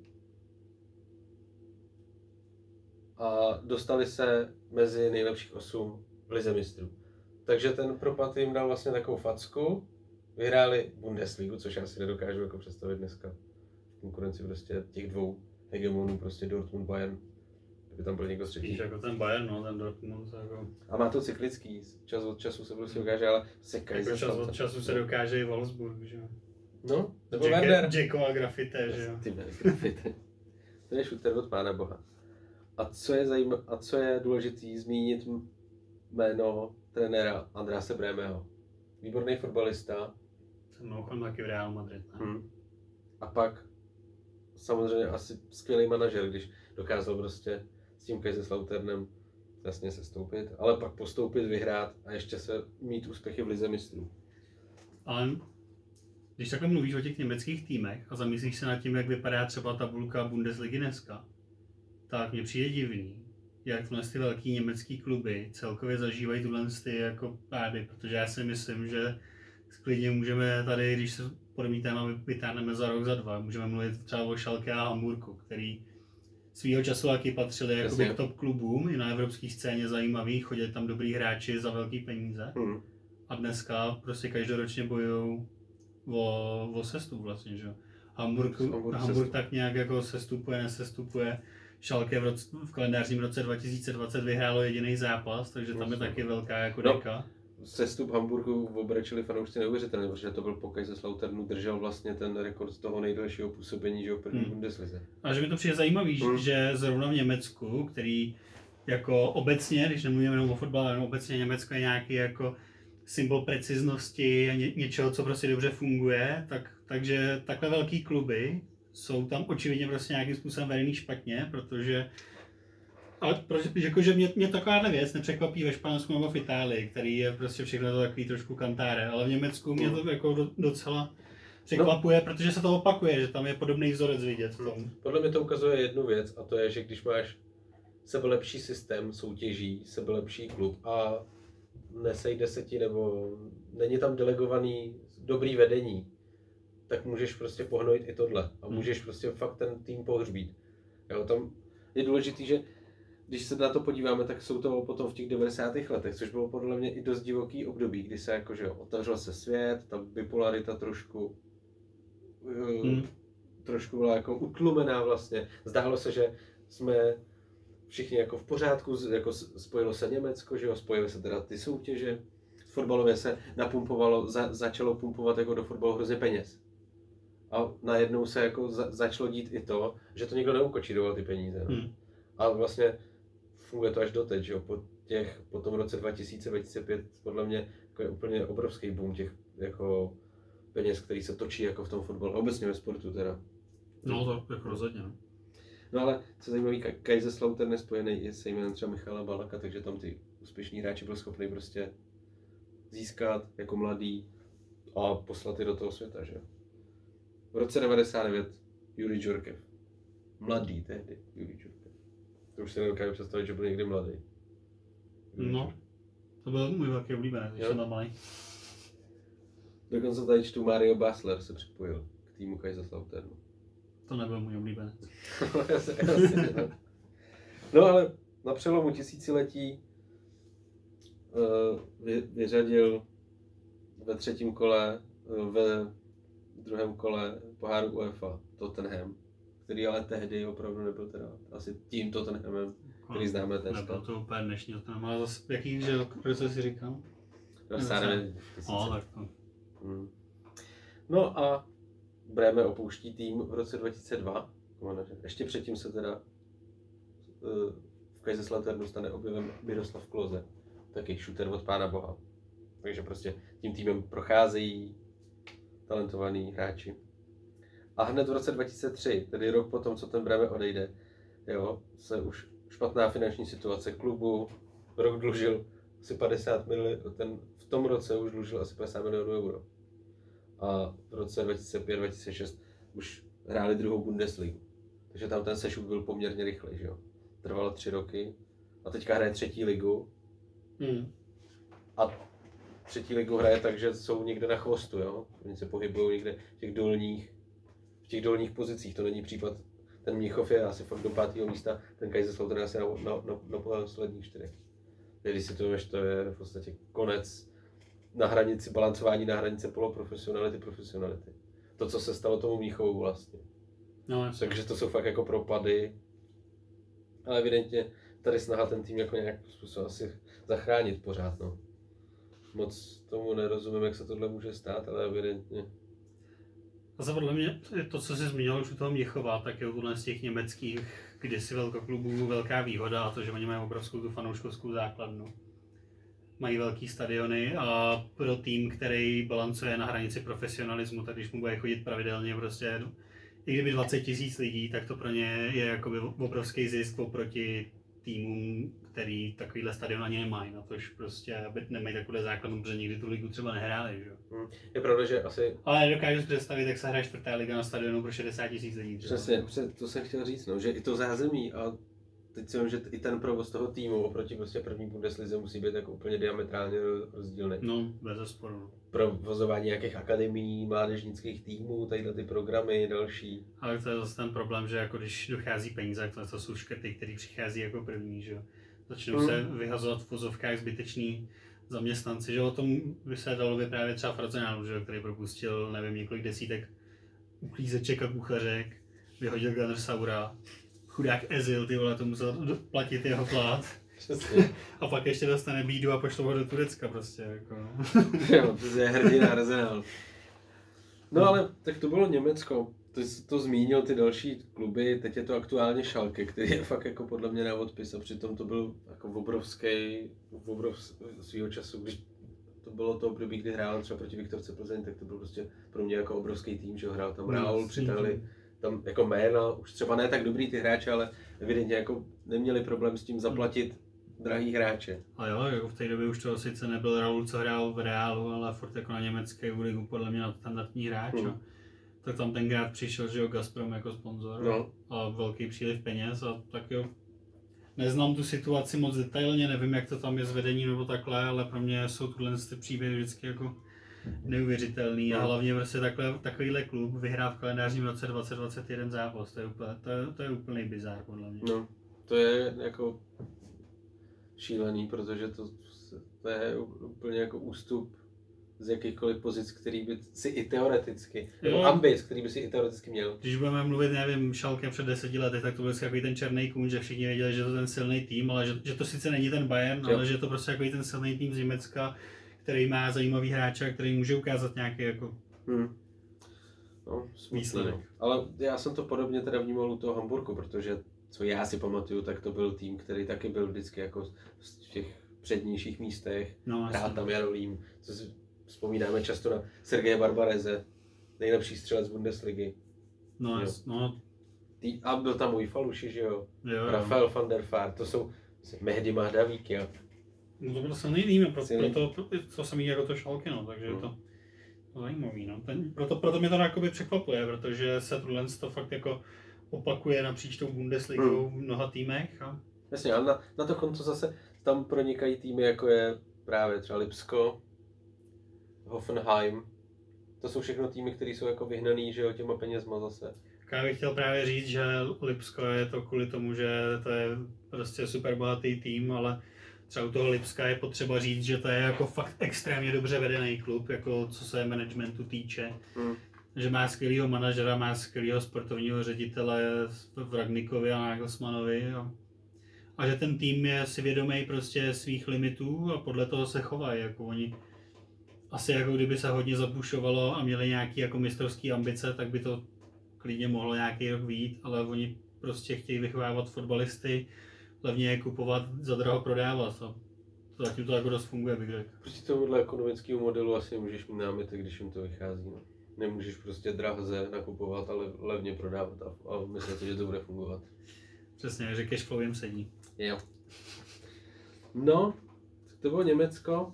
a dostali se mezi nejlepších 8 v lize mistrů. Takže ten propad jim dal vlastně takovou facku, vyhráli Bundesligu, což já si nedokážu jako představit dneska v konkurenci prostě těch dvou hegemonů, prostě Dortmund, Bayern, kdyby tam byl někdo třetí. Víš, jako ten Bayern, no, ten Dortmund, jako... A má to cyklický, čas od času se prostě ukáže, ale se jako čas od času se dokáže i Wolfsburg, že jo. No, nebo Werder. Dzeko a Grafité, že jo. Ty Grafité. To je šuter od Pána Boha. A co je důležitý zmínit jméno trenéra Andrease Bremeho. Výborný fotbalista. Jsem mimochodem taky v Real Madrid. A pak samozřejmě asi skvělý manažer, když dokázal prostě s tím Kaiserslauternem jasně sestoupit, ale pak postoupit, vyhrát a ještě se mít úspěchy v lize mistrů. Ale když takhle mluvíš o těch německých týmech a zamyslíš se nad tím, jak vypadá třeba tabulka Bundesligy dneska, tak mně přijde divný, jak ty velký německý kluby celkově zažívají tuhle jako pády, protože já si myslím, že klidně můžeme tady, když se podobný téma vytáhneme za rok, za dva, můžeme mluvit třeba o Schalke a Hamburku, který svýho času taky patřili jako k top klubům, i na evropské scéně zajímavý, chodili tam dobrý hráči za velký peníze. A dneska prostě každoročně bojují o sestup vlastně, že jo. Hamburg tak nějak jako sestupuje, nesestupuje. Schalke v kalendářním roce 2020 vyhrálo jediný zápas, takže tam je taky velká jako deka. Sestup Hamburgu obrečili fanoušci neuvěřitelně, protože to byl po Kaiserslauternu držel vlastně ten rekord toho nejdelšího působení, že v první Bundeslize. A že mi to přijde zajímavý, že zrovna v Německu, který jako obecně, když nemluvíme jenom o fotbale, ale obecně Německo je nějaký jako symbol preciznosti a něčeho, co prostě dobře funguje, takže takhle velký kluby jsou tam očividně prostě nějakým způsobem vedený špatně, protože jakože mě takováhle věc nepřekvapí ve Španělsku nebo v Itálii, který je prostě všechno to takový trošku kantáre, ale v Německu mě to jako docela překvapuje, protože se to opakuje, že tam je podobný vzorec vidět v tom. Podle mě to ukazuje jednu věc, a to je, že když máš sebelepší systém soutěží, sebelepší klub a nesejde se ti nebo není tam delegovaný dobrý vedení, tak můžeš prostě pohnojit i tohle a můžeš prostě fakt ten tým pohřbít. Jo, tam je důležitý, že když se na to podíváme, tak jsou to potom v těch 90. letech, což bylo podle mě i dost divoký období, kdy se jakože otevřel se svět, ta bipolarita trošku byla jako utlumená vlastně. Zdálo se, že jsme všichni jako v pořádku, jako spojilo se Německo, že jo, spojily se teda ty soutěže. Fotbalově se napumpovalo, začalo pumpovat jako do fotbalu hrozně peněz. A najednou se jako začalo dít i to, že to někdo neukočíroval ty peníze. No. A vlastně funguje to až doteď, že jo, po tom roce 2000-2005 podle mě jako je úplně obrovský boom těch jako peněz, který se točí jako v tom fotbalu, obecně ve sportu teda. No to jako rozhodně. No ale co zajímavý, Kaiserslautern je spojený i se jménem třeba Michala Balaka, takže tam ty úspěšní hráči byl schopný prostě získat jako mladý a poslat je do toho světa, že jo. V roce 99 Jurij Džorkev. Mladý tehdy Jurij Džorkev. To už si nedokážu představit, že byl někdy mladý. No, to byl můj velký oblíbenec, když jsem tam malý. Dokonce tady čtu, Mario Basler se připojil k týmu Kaiserslauternu. To nebyl můj oblíbenec. No ale na přelomu tisíciletí vyřadil ve třetím kole, ve druhém kole poháru UEFA Tottenham, který ale tehdy opravdu nebyl teda asi tím Tottenhamem, který známe dneska. Nebyl to úplně dnešní Tottenham, ale zase jaký, že co jsi říkal? Tak to. No a Bremen opouští tým v roce 2002. Ještě předtím se teda v Kaiserslauternu stane objevem Miroslav Klose, taky šuter od Pána Boha. Takže prostě tím týmem procházejí talentovaní hráči. A hned v roce 2003, tedy rok potom, co ten Bremen odejde, jo, se už špatná finanční situace klubu, rok dlužil asi 50 milionů, v tom roce už dlužil asi 50 milionů euro. A v roce 2005-2006 už hráli druhou Bundesligu. Takže tam ten sešup byl poměrně rychlej, že jo. Trvalo 3 roky a teďka hraje třetí ligu. A třetí ligu hraje tak, že jsou někde na chvostu, jo. Oni se pohybují někde v těch dolních pozicích. To není případ, ten Mnichov je asi fakt do 5. místa, ten Kaiserslautern je asi na posledních 4. Když si to veš, to je v podstatě konec na hranici, balancování na hranici poloprofesionality, profesionality. To, co se stalo tomu Mnichovu vlastně. No, takže to jsou fakt jako propady. Ale evidentně tady snaha ten tým jako nějak způsob asi zachránit pořád, no. Moc tomu nerozumím, jak se tohle může stát, ale evidentně. A podle mě to, co jsi zmínil už u toho Mnichova, tak je tohle z těch německých kdysi velkoklubů velká výhoda a to, že oni mají obrovskou tu fanouškovskou základnu. Mají velký stadiony a pro tým, který balancuje na hranici profesionalismu, tak když mu bude chodit pravidelně prostě, i kdyby 20 000 lidí, tak to pro ně je jakoby obrovský zisk oproti týmům, který takovýhle stadion ani nemají, na tož prostě nemají takovou základnu, protože nikdy tu ligu třeba nehráli, že jo. Je pravda, že asi... Ale nedokážu si představit, jak se hraje 4. liga na stadionu pro 60 000 lidí. Přesně, to jsem chtěl říct, no, že i to zázemí a teď si vím, že i ten provoz toho týmu oproti prostě první Bundeslize musí být jako úplně diametrálně rozdílný. No, bez sporu. Provozování nějakých akademií, mládežnických týmů, tadyhle ty programy, další. Ale to je zase ten problém, že jako když dochází peníze, to jsou škrty, který přichází jako první, že jo. Začnou se vyhazovat v vozovkách zbytečný zaměstnanci, že o tom by se dalo vyprávět třeba Frazenálu, že který propustil, nevím, několik desítek uklízeček a kuchařek, vyhodil Gunnersaura, chudák Ezil, ty vole, to musel platit jeho plat. A pak ještě dostane bídu a pošlou ho do Turecka prostě, jako. Jo, to je hrdina Arsenal. No ale tak to bylo Německo. Ty jsi to zmínil, ty další kluby, teď je to aktuálně Schalke, který je fakt jako podle mě na odpis a přitom to byl jako obrovský svýho času, když to bylo to období, kdy hrál třeba proti Viktorce Plzeň, tak to byl prostě pro mě jako obrovský tým, že hrál tam Raul, přitahli tam jako jména, už třeba ne tak dobrý ty hráče, ale evidentně jako neměli problém s tím zaplatit drahý hráče. A jo, jako v té době už to sice nebyl Raul, co hrál v Reálu, ale furt jako na německé ligu podle mě standardní hráč. Tak tam tenkrát přišel, že jo, Gazprom jako sponzor a velký příliv peněz a tak jo. Neznám tu situaci moc detailně, nevím, jak to tam je s vedením nebo takhle, ale pro mě jsou tyhle příběhy vždycky jako neuvěřitelný a hlavně prostě takovýhle klub vyhrá v kalendářním roce 2021 zápas, to je úplný bizár podle mě. No, to je jako šílený, protože to je úplně jako ústup z jakýchkoliv pozic, který by si i teoreticky, nebo ambic, který by si i teoreticky měl. Když budeme mluvit, nevím, Schalke před 10 lety, tak to byl takový ten černý kůň, že všichni věděli, že to je ten silný tým, ale že to sice není ten Bayern, ale že je to prostě takový ten silný tým z Německa, který má zajímavý hráče, který může ukázat nějaký jako výsledek. Ale já jsem to podobně teda vnímal u toho Hamburgu, protože co já si pamatuju, tak to byl tým, který taky byl vždycky jako v těch přednějších místech, hrál tam Jarolím, vzpomínáme často na Sergeje Barbareze, nejlepší střelec Bundesligy. A byl tam Ujfa Luši, že jo? Rafael van der Vaart, to jsou Mehdi Mahdavík, jo? No to byl silný tým, proto to samý jako to Schalke, no, takže je to zajímavý, no. Proto mě to jakoby překvapuje, protože se to fakt jako opakuje napříč tou Bundesligou v mnoha týmech. Jasně, ale na to konto zase tam pronikají týmy, jako je právě třeba Lipsko, Hoffenheim. To jsou všechno týmy, které jsou jako vyhnaný, že jo, těma penězma zase. Já bych chtěl právě říct, že Lipsko je to kvůli tomu, že to je prostě super bohatý tým, ale třeba u toho Lipska je potřeba říct, že to je jako fakt extrémně dobře vedený klub, jako co se managementu týče. Že má skvělýho manažera, má skvělýho sportovního ředitele v Ragnickovi a Nagelsmannovi. A že ten tým je si vědomý prostě svých limitů a podle toho se chovají. Jako oni asi jako kdyby se hodně zapušovalo a měli nějaký jako mistrovský ambice, tak by to klidně mohlo nějaký rok vyjít, ale oni prostě chtějí vychovávat fotbalisty, levně je kupovat, za draho prodávat. A zatím to jako dost funguje, bych řekl. Proti tomuhle ekonomickému modelu asi můžeš mít námitek, když jim to vychází. No. Nemůžeš prostě draze nakupovat, ale levně prodávat a myslím si, že to bude fungovat. Přesně, že cashflow jim sedí. Jo. No, to bylo Německo.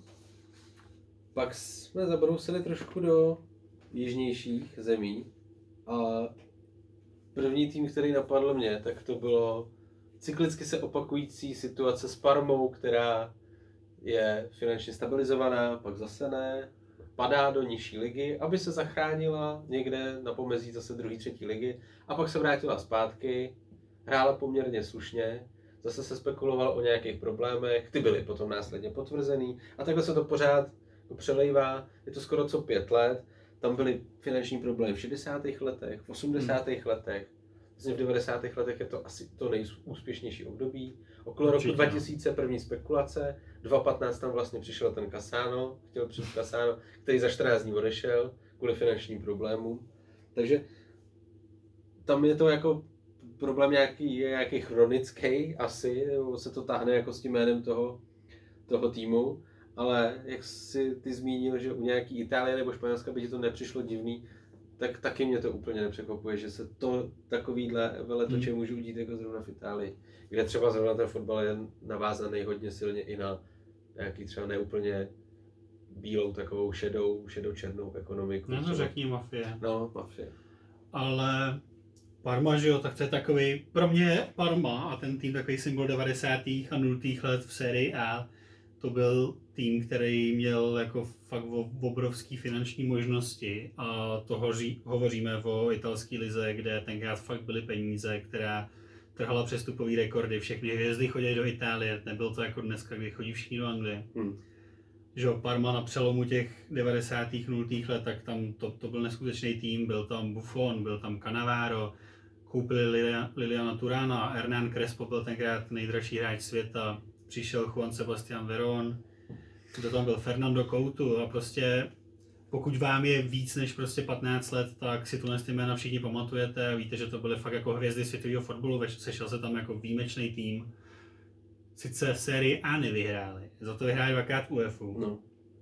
Pak jsme zabrousili trošku do jižnějších zemí a první tým, který napadl mě, tak to bylo cyklicky se opakující situace s Parmou, která je finančně stabilizovaná, pak zase ne, padá do nižší ligy, aby se zachránila někde na pomezí zase druhé, třetí ligy a pak se vrátila zpátky, hrála poměrně slušně, zase se spekulovalo o nějakých problémech, ty byly potom následně potvrzený a takhle se to pořád přelejvá, je to skoro co 5 let, tam byly finanční problémy v 60. letech, v 80. letech, vlastně v 90. letech je to asi to nejúspěšnější období. Okolo roku 2000 první spekulace, 2015 tam vlastně přišel ten Cassano, chtěl přijít Cassano, který za 14 dní odešel kvůli finančním problémům. Takže tam je to jako problém nějaký chronický asi, nebo se to táhne jako s tím jménem toho týmu. Ale jak jsi ty zmínil, že u nějaký Itálie nebo Španělska by ti to nepřišlo divný, tak taky mě to úplně nepřekvapuje, že se to takovýhle veletoče může udít jako zrovna v Itálii, kde třeba zrovna ten fotbal je navázaný hodně silně i na nějaký třeba neúplně bílou takovou šedočernou ekonomiku. No, řekni mafie. No, mafie. Ale Parma, že jo, tak to je takový, pro mě Parma a ten tým takový symbol 90. a 0. let v sérii A, to byl tým, který měl jako fakt obrovský finanční možnosti a to hovoříme o italské lize, kde tenkrát fakt byly peníze, která trhala přestupový rekordy, všechny hvězdy chodí do Itálie, nebylo to jako dneska, kdy chodí všichni do Anglie. Že jo, Parma na přelomu těch 90. 0. let, tak tam to byl neskutečný tým, byl tam Buffon, byl tam Cannavaro, koupili Liliana Turana, Hernán Crespo byl tenkrát nejdražší hráč světa, přišel Juan Sebastián Verón, kdo tam byl Fernando Couto a prostě pokud vám je víc než prostě 15 let, tak si tuhle jména všichni pamatujete a víte, že to byly fakt jako hvězdy světového fotbalu, sešel se tam jako výjimečný tým. Sice sérii A nevyhráli, za to vyhráli dvakrát UEFu. No.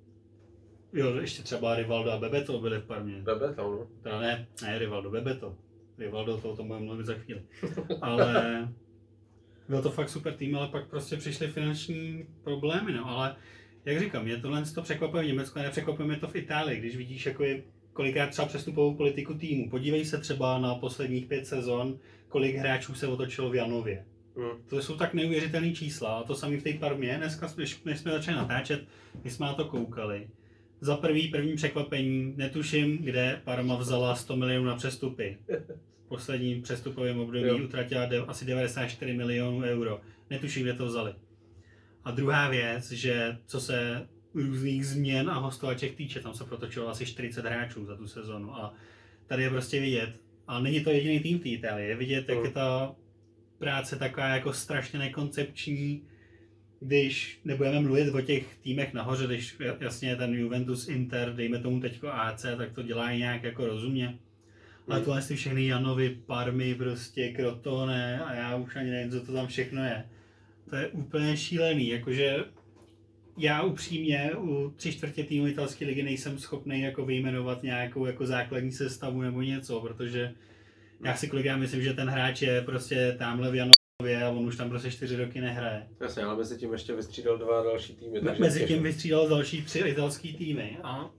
Jo, ještě třeba Rivaldo a Bebeto byli v Parmě. Bebeto, no. Teda ne Rivaldo, Bebeto. Rivaldo, to budeme mluvit za chvíli. Ale byl to fakt super tým, ale pak prostě přišly finanční problémy, no, ale jak říkám, mě tohle to překvapuje v Německu a nepřekvapuje mě to v Itálii, když vidíš jako je kolikrát třeba přestupovou politiku týmu. Podívej se třeba na posledních 5 sezon, kolik hráčů se otočilo v Janově. To jsou tak neuvěřitelné čísla a to samé v té Parmě. Dneska, než jsme začali natáčet, my jsme na to koukali. Za první překvapení, netuším, kde Parma vzala 100 milionů na přestupy. V posledním přestupovém období utratila asi 94 milionů euro. Netuším, kde to vzali. A druhá věc, že co se různých změn a hostovaček týče, tam se protočilo asi 40 hráčů za tu sezonu a tady je prostě vidět, a není to jediný tým v té Itálii, je vidět, jak je ta práce taková jako strašně nekoncepční, když nebudeme mluvit o těch týmech nahoře, když jasně ten Juventus, Inter, dejme tomu teďko AC, tak to dělá nějak jako rozumně. Ale tohle ty všechny Janovy, Parmy, prostě Crotone a já už ani nevím, co to tam všechno je. To je úplně šílený, jakože já upřímně u 3/4 týmu italské ligy nejsem schopný jako vyjmenovat nějakou jako základní sestavu nebo něco, protože já si kolikrát myslím, že ten hráč je prostě tamhle v Janově a on už tam prostě 4 roky nehraje. Jasně, ale mezi tím ještě vystřídal 2 další týmy. Mezi tím vystřídal další 3 italský týmy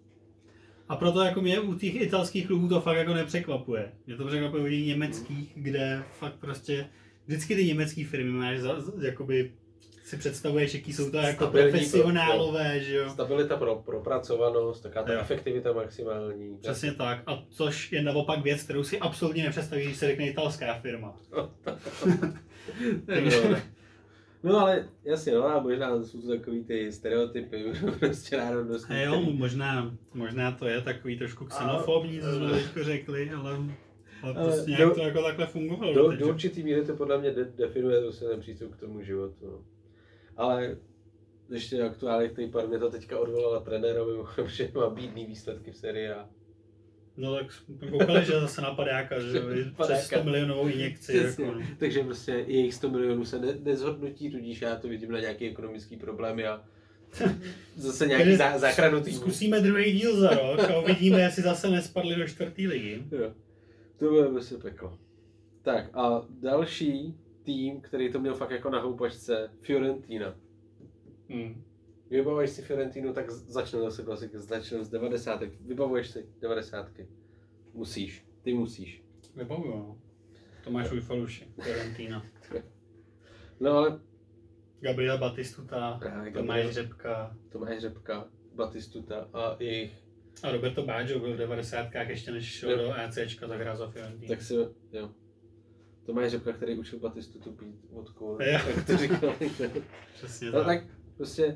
a proto jako mě u těch italských klubů to fakt jako nepřekvapuje. Mě to překvapuje u těch německých, kde fakt prostě vždycky ty německé firmy máš jakoby si představuješ, jaký jsou to jako profesionálové, že jo. Stabilita, propracovanost, taková ta efektivita maximální. Přesně tak. A což je naopak věc, kterou si absolutně nepředstavíš, když se řekne italská firma. No ale jasně, no a možná jsou to takový ty stereotypy, prostě národnostní. A jo, možná to je takový trošku xenofobní, co jsme teďko řekli, ale prostě nějak to jako takhle fungovalo. Do určitý míry to podle mě definuje prostě ten přístup k tomu životu. No. Ale ještě aktuálně v té mě to teďka odvolala trenérovi, že má bídný výsledky v sérii A. No tak jsme koukali, že zase napadáka, že přes 100 milionovou injekci. Jako, no. Takže prostě jejich 100 milionů se nezhodnotí, tudíž já to vidím na nějaký ekonomický problémy a zase nějaký záchranu týmu. Zkusíme druhý díl za rok a uvidíme, jestli zase nespadli do 4. ligy. Jo. To bude prostě peklo. Tak a další tým, který to měl fakt jako na houpačce, Fiorentina. Vybavuješ si Fiorentinu, tak začne zase klasiky, začne z 90. Vybavuješ si 90. Musíš, ty musíš. Vybavuju, no. Tomáš Ujfaluši, Fiorentina. No ale... Gabriel Batistuta, Tomáš Řepka, Batistuta a jejich... A Roberto Baggio byl v 90. ještě než šel do ECčka, tak hrál za Fiorentinu. Tak si, jo. Tomáš Řepka, který učil Batistutu pít vodku, tak to říkal. Přesně no, tak. Prostě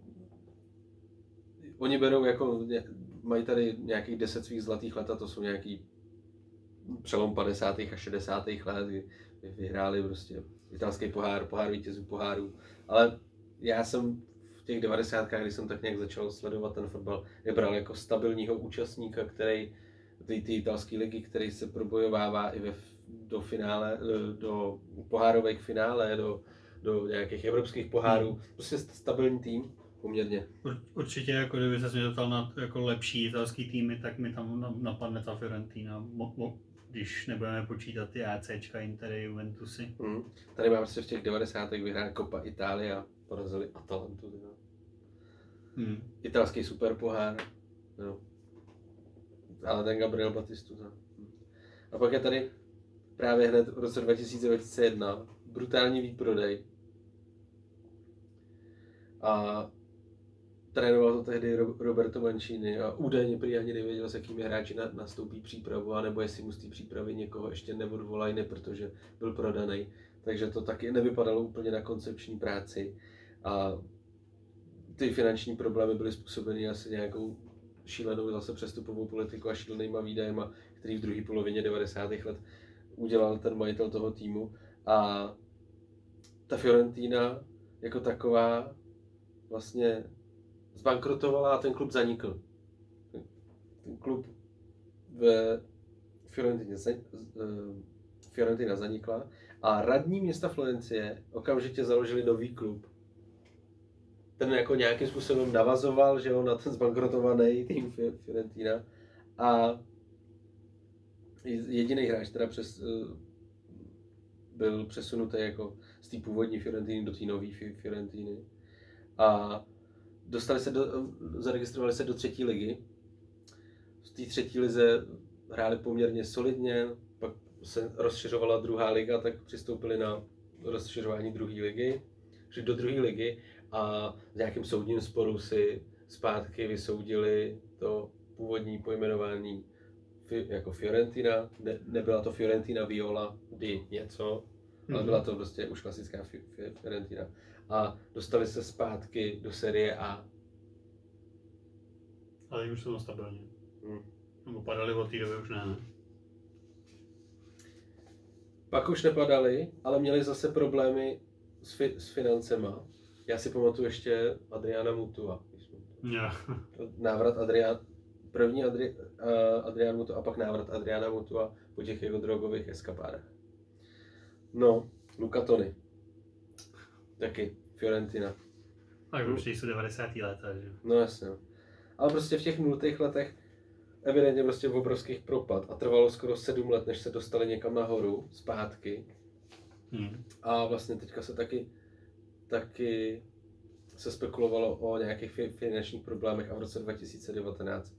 oni berou jako, mají tady nějakých 10 svých zlatých let a to jsou nějaký přelom 50. a 60. let, kdy vyhráli prostě italský pohár vítězů pohárů, ale já jsem v těch 90. kdy jsem tak nějak začal sledovat ten fotbal, vybral jako stabilního účastníka, který ty italské ligy, který se probojovává i do finále, do pohárových finále, do nějakých evropských pohárů, prostě stabilní tým. Poměrně. Určitě, jako kdyby se mě ptal na jako lepší italský týmy, tak mi tam napadne ta Fiorentina, když nebudeme počítat ty ACčka, Intery, Juventusy. Tady máme se v těch 90. vyhrál Coppa Italia a porazili Atalantu. Italský superpohár. No. Ale ten Gabriel Batistuta. A pak je tady právě hned v roce 2001 brutální výprodej. A trénoval to tehdy Roberto Mancini a údajně prý ani nevěděl, s jakými hráči nastoupí přípravu, anebo jestli mu z té přípravy někoho ještě neodvolají, protože byl prodaný. Takže to taky nevypadalo úplně na koncepční práci. A ty finanční problémy byly způsobeny asi nějakou šílenou zase přestupovou politikou a šílenýma výdajema, který v druhé polovině 90. let udělal ten majitel toho týmu. A ta Fiorentina jako taková vlastně zbankrotovala a ten klub zanikl. Ten klub ve Fiorentina zanikla a radní města Florencie okamžitě založili nový klub. Ten jako nějakým způsobem navazoval, že on na ten zbankrotovaný tým Fiorentina a jediný hráč teda byl přesunutý jako z té původní Fiorentiny do té nové Fiorentiny a zaregistrovali se do 3. ligy. V té 3. lize hráli poměrně solidně, pak se rozšiřovala 2. liga, tak přistoupili na rozšiřování 2. ligy, šli do 2. ligy a v nějakém soudním sporu si zpátky vysoudili to původní pojmenování jako Fiorentina. Nebyla to Fiorentina Viola di něco, ale byla to prostě už klasická Fiorentina. A dostali se zpátky do série A. Ale už jsou stabilně. Nebo padali od té doby už ne. Pak už nepadali, ale měli zase problémy s financema. Já si pamatuju ještě Adriana Mutua. Návrat Adrian Mutua a pak návrat Adriana Mutua po těch jeho drogových eskapádách. No, Luca Toni. Taky Fiorentina. Tak už jsou 90. léta, že? No jasně. Ale prostě v těch 0. letech evidentně prostě v obrovských propad a trvalo skoro 7 let, než se dostali někam nahoru, zpátky. A vlastně teďka se taky se spekulovalo o nějakých finančních problémech a v roce 2019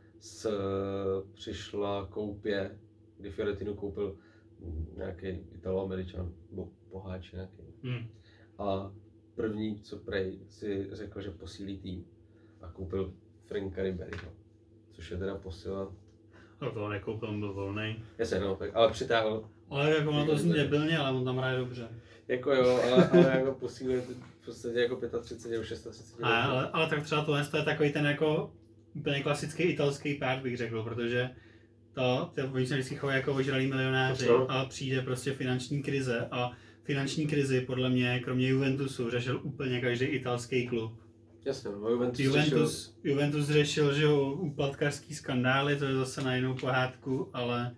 přišla koupě, kdy Fiorentinu koupil nějaký Italo-Američan, nebo boháč nějaký. A první, co prej, si řekl, že posílí tým a koupil Franka Riberyho, což je teda posila. No to nekoupil, on byl volnej. Jasně, no, ale přitáhl. Ale jako on to zní debilně, ale on tam hraje dobře. Jako jo, ale jako posíluje v podstatě jako 35 nebo 36. Ale tak třeba tohle je takový ten jako úplně klasický italský pád, bych řekl, protože oni se vždycky chovají jako ožralí milionáři a přijde prostě finanční krize a finanční krizi podle mě, kromě Juventusu, řešil úplně každý italský klub. Jasně, no, Juventus řešil, že jo, úplatkářský skandály, to je zase na jinou pohádku,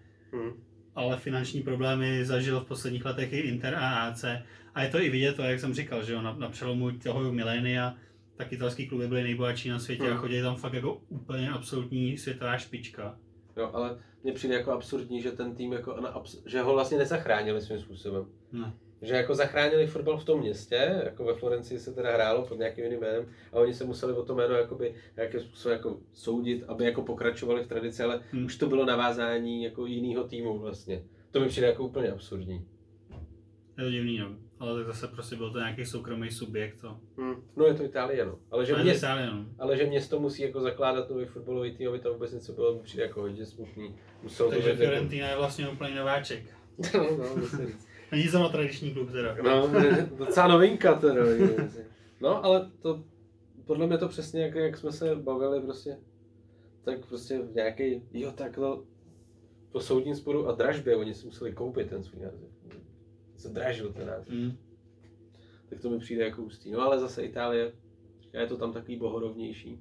ale finanční problémy zažil v posledních letech i Inter a AC. A je to i vidět, to, jak jsem říkal, že jo, na přelomu toho milénia, tak italský kluby byly nejbohatší na světě a chodí tam fakt jako úplně absolutní světová špička. Jo, ale mně přijde jako absurdní, že ten tým jako, že ho vlastně nezachránili svým způsobem. Ne. Že jako zachránili fotbal v tom městě, jako ve Florencii se teda hrálo pod nějakým jiným jménem a oni se museli o to jméno jakoby nějakým způsobem jako soudit, aby jako pokračovali v tradici, ale už to bylo navázání jako jiného týmu vlastně. To mi přijde jako úplně absurdní. Je to divný, no. Ale tak zase prostě byl to nějaký soukromý subjekt. No je to Itálie, no. Ale že město musí jako zakládat nový fotbalový tým, aby tam vůbec něco bylo, mi přijde jako hodně smutný. Takže Fiorentina je vlastně úplně nováček. no, musím říct. Není to tradiční klub teda. No, docela novinka teda. No, ale to, podle mě to přesně, jak jsme se bavili prostě, tak prostě v nějaký, takhle po soudním sporu a dražbě, oni si museli koupit ten svůj název. Se dražil ten název. Tak to mi přijde jako hustý. No ale zase Itálie, je to tam takový bohorovnější.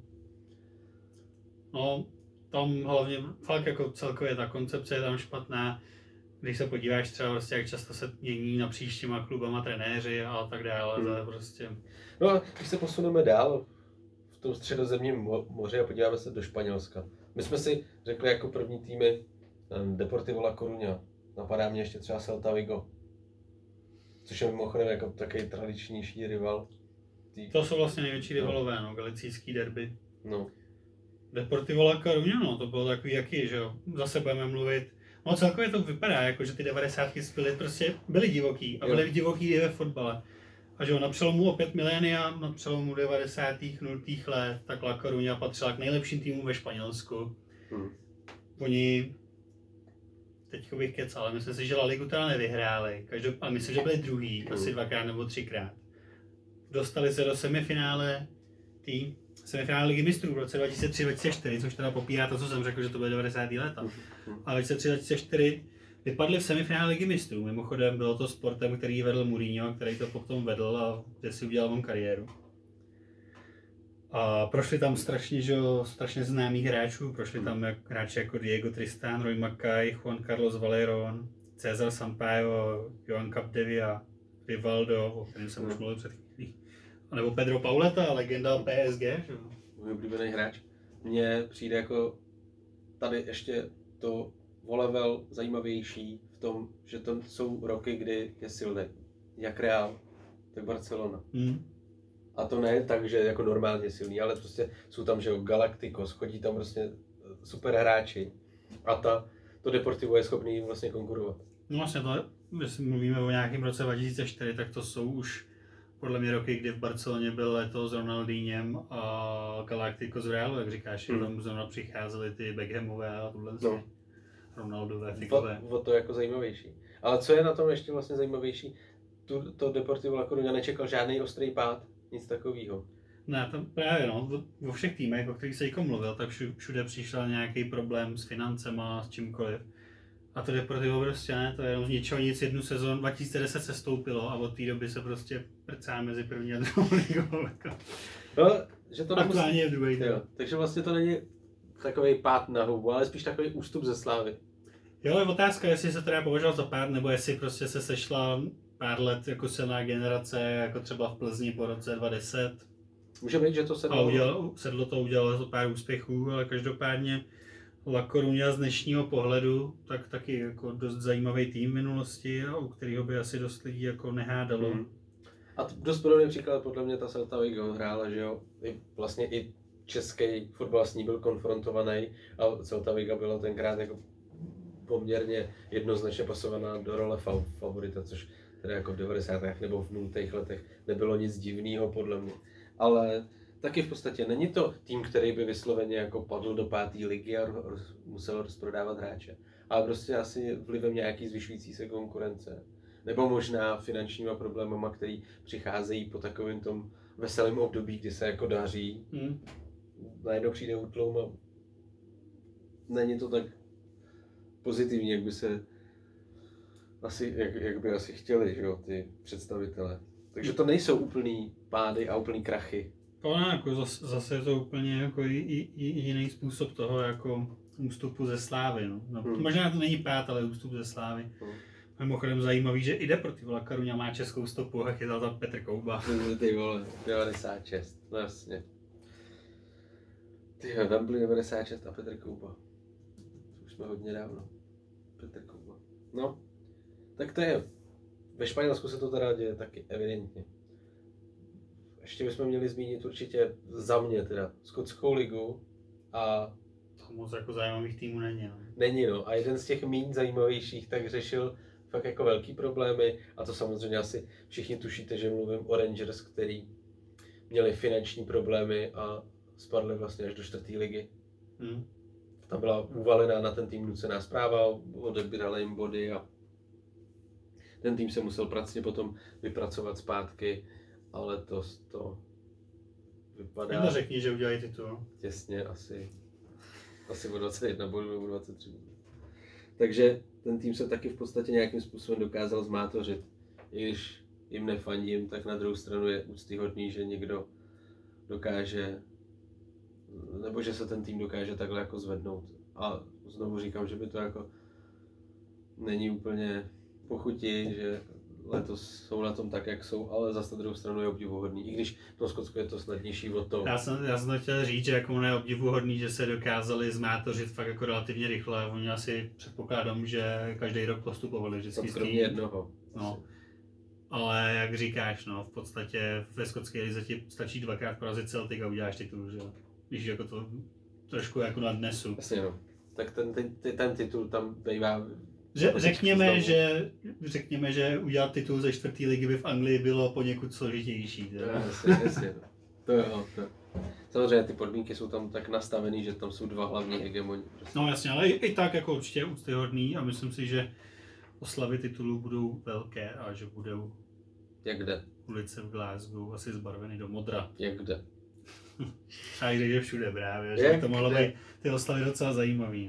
No, tam hlavně fakt jako celkově ta koncepce je tam špatná. Když se podíváš třeba prostě, jak často se mění napříč těma klubama trenéři a tak dále, to je prostě... No a když se posuneme dál v tom středozemním moři a podíváme se do Španělska. My jsme si řekli jako první týmy Deportivo La Coruña. Napadá mě ještě třeba Celta Vigo. Což je mimochodem jako takový tradičnější rival. To jsou vlastně největší rivalové, no, galicijský derby. No. Deportivo La Coruña, no, to bylo takový jaký, že jo, zase budeme mluvit. No celkově to vypadá, jako že ty 90. byly divoký a byly divoký i ve fotbale. A že jo, na přelomu opět milénia, na přelomu 90. 0. let, tak La Coruña patřila k nejlepším týmům ve Španělsku. Oni, teďko bych kecal, ale myslím si, že La Ligu teda nevyhráli, ale myslím, že byli druhý, asi 2x nebo 3x. Dostali se do semifinále Ligy mistrů v roce 2003-2004, což teda popírá to, co jsem řekl, že to byly 90. léta. A 2003-2004 vypadli v semifinále Ligy mistrů. Mimochodem bylo to sportem, který vedl Mourinho, který to potom vedl a kde si udělal on kariéru. A prošli tam strašně známých hráčů, prošli tam hráči jako Diego Tristán, Roy Mackay, Juan Carlos Valerón, César Sampaio, Joan Capdevia, Rivaldo, o kterém jsem už mluvil před chvílí. A nebo Pedro Pauleta, legenda PSG, že jo? Můj oblíbený hráč. Mně přijde jako tady ještě to o level zajímavější v tom, že to jsou roky, kdy je silný. Jak Real, tak Barcelona. A to ne tak, že jako normálně silný, ale prostě jsou tam, že jo, Galacticos, chodí tam prostě super hráči. A to Deportivo je schopný jim vlastně konkurovat. No vlastně to, když mluvíme o nějakém roce 2004, tak to jsou už podle mě roky, kdy v Barceloně byl letos s Ronaldinhem a Galacticos v Realu, jak říkáš, že tam zrovna přicházely ty Beckhamové a tohle Ronaldové, Fikové. O to jako zajímavější. Ale co je na tom ještě vlastně zajímavější, to Deportivo La Coruña nečekal žádný ostrý pád, nic takového. Ne, to právě no, vo všech týmech, o kterých se mluvil, tak všude přišel nějaký problém s financema, s čímkoliv. A to Deportivo prostě ne, to je jenom z ničeho nic, jednu sezónu 2010 se stoupilo a od té doby se prostě prcá mezi první a druhou ligou. No, že to aktuálně je v druhé. Takže vlastně to není takový pád na hubu, ale spíš takový ústup ze slávy. Jo, je otázka, jestli se to dá považovat za pád, nebo jestli prostě se sešla pár let jako silná generace, jako třeba v Plzni po roce 2010. Může být, že to sedlo. Udělalo to pár úspěchů, ale každopádně La Coruña z dnešního pohledu, tak taky jako dost zajímavý tým v minulosti, a u kterého by asi dost lidí jako nehádalo. A dost podobný příklad podle mě ta Celta Vigo hrála, že jo, vlastně i český fotbal s ní byl konfrontovaný a Celta Vigo byla tenkrát jako poměrně jednoznačně pasovaná do role favorita, což teda jako v 90. nebo v 0. letech nebylo nic divného podle mě. Ale taky v podstatě není to tým, který by vysloveně jako padl do 5. ligy a musel rozprodávat hráče. Ale prostě asi vlivem nějaký zvyšující se konkurence nebo možná finančníma problémama, který přicházejí po takovém tom veselém období, kdy se jako daří. Najednou přijde útlum a není to tak pozitivní, jak by se asi, jak by asi chtěli, že jo, ty představitelé. Takže to nejsou úplný pády a úplný krachy. To ne, jako zase je to úplně jako i jiný způsob toho jako ústupu ze slávy. No. Možná to není pád, ale ústup ze slávy. Mimochodem zajímavý, že i Deportivo La Coruña má českou stopu a chytal tam Petr Kouba. Ty vole, 96, no jasně. Ty Wembley 96 a Petr Kouba. Už jsme hodně dávno. Petr Kouba. No, tak to je. Ve Španělsku se to teda děje taky, evidentně. Ještě bychom měli zmínit určitě za mě teda skotskou ligu a... To moc jako zajímavých týmů není, no. Není, no. A jeden z těch méně zajímavějších tak řešil fakt jako velký problémy a to samozřejmě asi všichni tušíte, že mluvím o Rangers, který měli finanční problémy a spadli vlastně až do 4. ligy. Tam byla uvalená na ten tým nucená zpráva, odebírala jim body a ten tým se musel pracně potom vypracovat zpátky, ale to vypadá... Jen řekni, že udělají titul. Těsně asi o 21 bodů nebo 23 bodů. Takže ten tým se taky v podstatě nějakým způsobem dokázal zmátořit. I když jim nefandím, tak na druhou stranu je úctyhodný, že někdo dokáže, nebo že se ten tým dokáže takhle jako zvednout. A znovu říkám, že by to jako není úplně pochutí, že letos jsou na tom tak, jak jsou, ale zase na druhou stranu je obdivuhodný. I když v tom Skotsku je to snadnější o to. Já jsem chtěl říct, že jako je obdivuhodný, že se dokázali zmátořit fakt jako relativně rychle. Oni asi předpokládám, že každý rok postupovali vždycky. Kromě jednoho. No. Ale jak říkáš, no, v podstatě ve skotské lize ti stačí 2krát porazit Celtic a uděláš titul, že jo. Když jako to trošku jako nadnesu. Jasně no. Tak ten titul tam bývá. Řekněme, že udělat titul ze 4. ligy by v Anglii bylo poněkud složitější. Jasně. To jo. Samozřejmě ty podmínky jsou tam tak nastavený, že tam jsou 2 hlavní hegemoni. Prostě. No jasně, ale i tak jako určitě úctyhodný a myslím si, že oslavy titulů budou velké a že budou Jak kde? ulice v Glasgow asi zbarveny do modra. Jak kde? A i že všude právě, že to mohlo být ty oslavy docela zajímavý.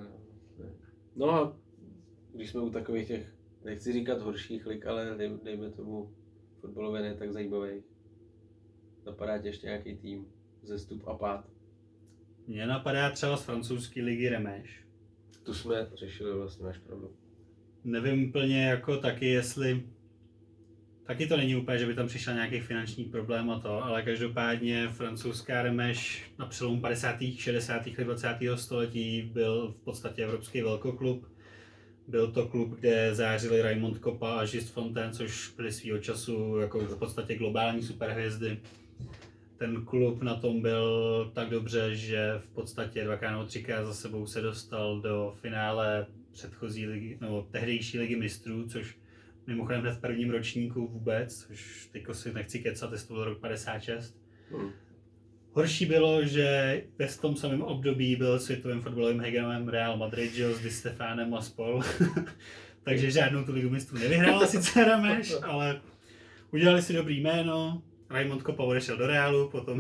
No a když jsme u takových těch, nechci říkat horších lig, ale dejme tomu fotbalově ne tak zajímavých. Napadá tě ještě nějaký tým, zestup a pád? Mně napadá třeba z francouzské ligy Remeš. Tu jsme řešili, vlastně máš pravdu. Nevím úplně jako taky, jestli... Taky to není úplně, že by tam přišel nějaký finanční problém a to, ale každopádně francouzská Remeš na přelomu 50. 60. let 20. století byl v podstatě evropský velkoklub. Byl to klub, kde zářili Raymond Kopa a Just Fontaine, což byli svýho času jako v podstatě globální superhvězdy. Ten klub na tom byl tak dobře, že v podstatě 2x nebo 3x za sebou se dostal do finále předchozí ligy, nebo tehdejší ligy mistrů, což mimochodem hned v prvním ročníku vůbec, což teďko si nechci kecat, to byl rok 56. Horší bylo, že v tom samém období byl světovým fotbalovým hegemonem Real Madrid, že s Di Stefánem a spol. Takže žádnou tu ligu mistrů nevyhrála sice Remeš, ale udělali si dobrý jméno. Raymond Kopa odešel do Realu, potom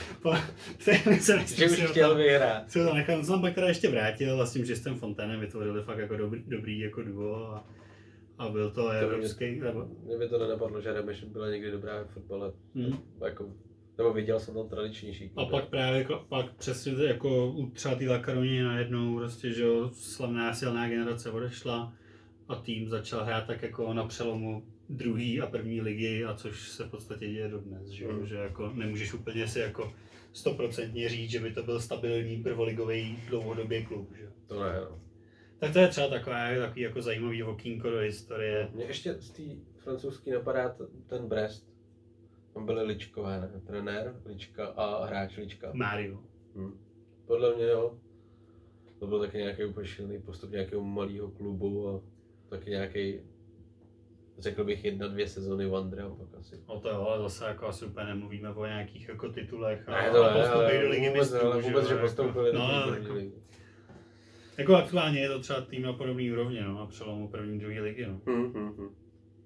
že už chtěl vyhrát. Se to nechal, on pak teda ještě vrátil a s tím Justem Fontainem vytvořili fakt jako dobrý jako duo a byl to evropský. Mě by to nenapadlo, že Remeš byla někdy dobrá v fotbale. Jako, nebo viděl jsem tam tradičnější. A pak právě pak přesně jako třeba té La Coruñy najednou prostě, že jo, slavná silná generace odešla a tým začal hrát tak jako na přelomu 2. a 1. ligy, a což se v podstatě děje dodnes, že, že jako nemůžeš úplně si jako 100% říct, že by to byl stabilní prvoligový dlouhodobý klub, že? To ne, no. Tak to je třeba takový jako zajímavý okýnko do historie. Mně ještě z té francouzský napadá ten Brest. Tam byly Ličkové, ne? Trenér Lička a hráč Lička. Mario. Podle mě jo. To byl taky nějaký úplně šilný postup nějakého malého klubu a taky nějaký, řekl bych, 1-2 sezony Wandra, pak asi. No to jo, ale zase jako asi úplně nemluvíme o nějakých jako titulech a postupy do ligy mistrů. Vůbec, že postoupili do ligy. Jako aktuálně je to třeba tým na podobný úrovni, no, na přelomu 1. 2. ligy, no.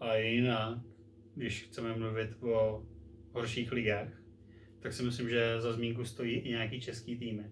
A jinak, když chceme mluvit o horších ligách, tak si myslím, že za zmínku stojí i nějaký český týmy.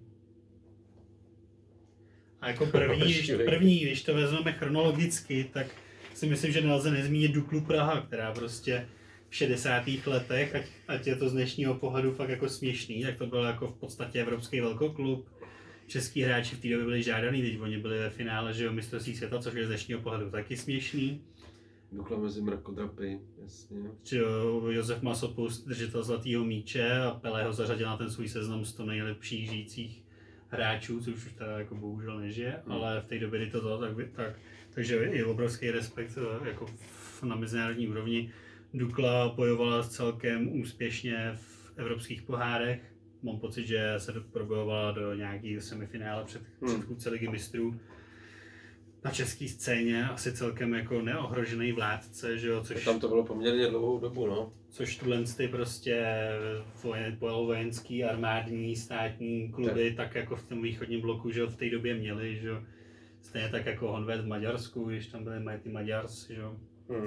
A jako první, když to vezmeme chronologicky, tak si myslím, že nelze nezmínit Duklu Praha, která prostě v 60. letech, ať je to z dnešního pohledu fakt jako směšný, tak to byl jako v podstatě evropský velkoklub. Český hráči v té době byli žádaný, teď oni byli ve finále, že jo, mistrovství světa, což je z dnešního pohledu taky směšný. Dukla mezi mrakodrapy, jasně. Josef Masopust, držitel zlatého míče, a Pelé ho zařadil na ten svůj seznam 100 nejlepších žijících hráčů, což už teda jako bohužel nežije, ale v té době, kdy to takže je obrovský respekt jako na mezinárodní úrovni. Dukla bojovala celkem úspěšně v evropských pohárech. Mám pocit, že se probojovala do nějakého semifinále před předchůdce Ligy mistrů. Na české scéně asi celkem jako neohrožený vládce, že jo, což... Tam to bylo poměrně dlouhou dobu, no. Což tuhle ty prostě vojenský, armádní, státní kluby, tak jako v tom východním bloku, že jo, v té době měli, že jo. Stejně tak jako Honvéd v Maďarsku, když tam byly Mighty Magyars, že jo.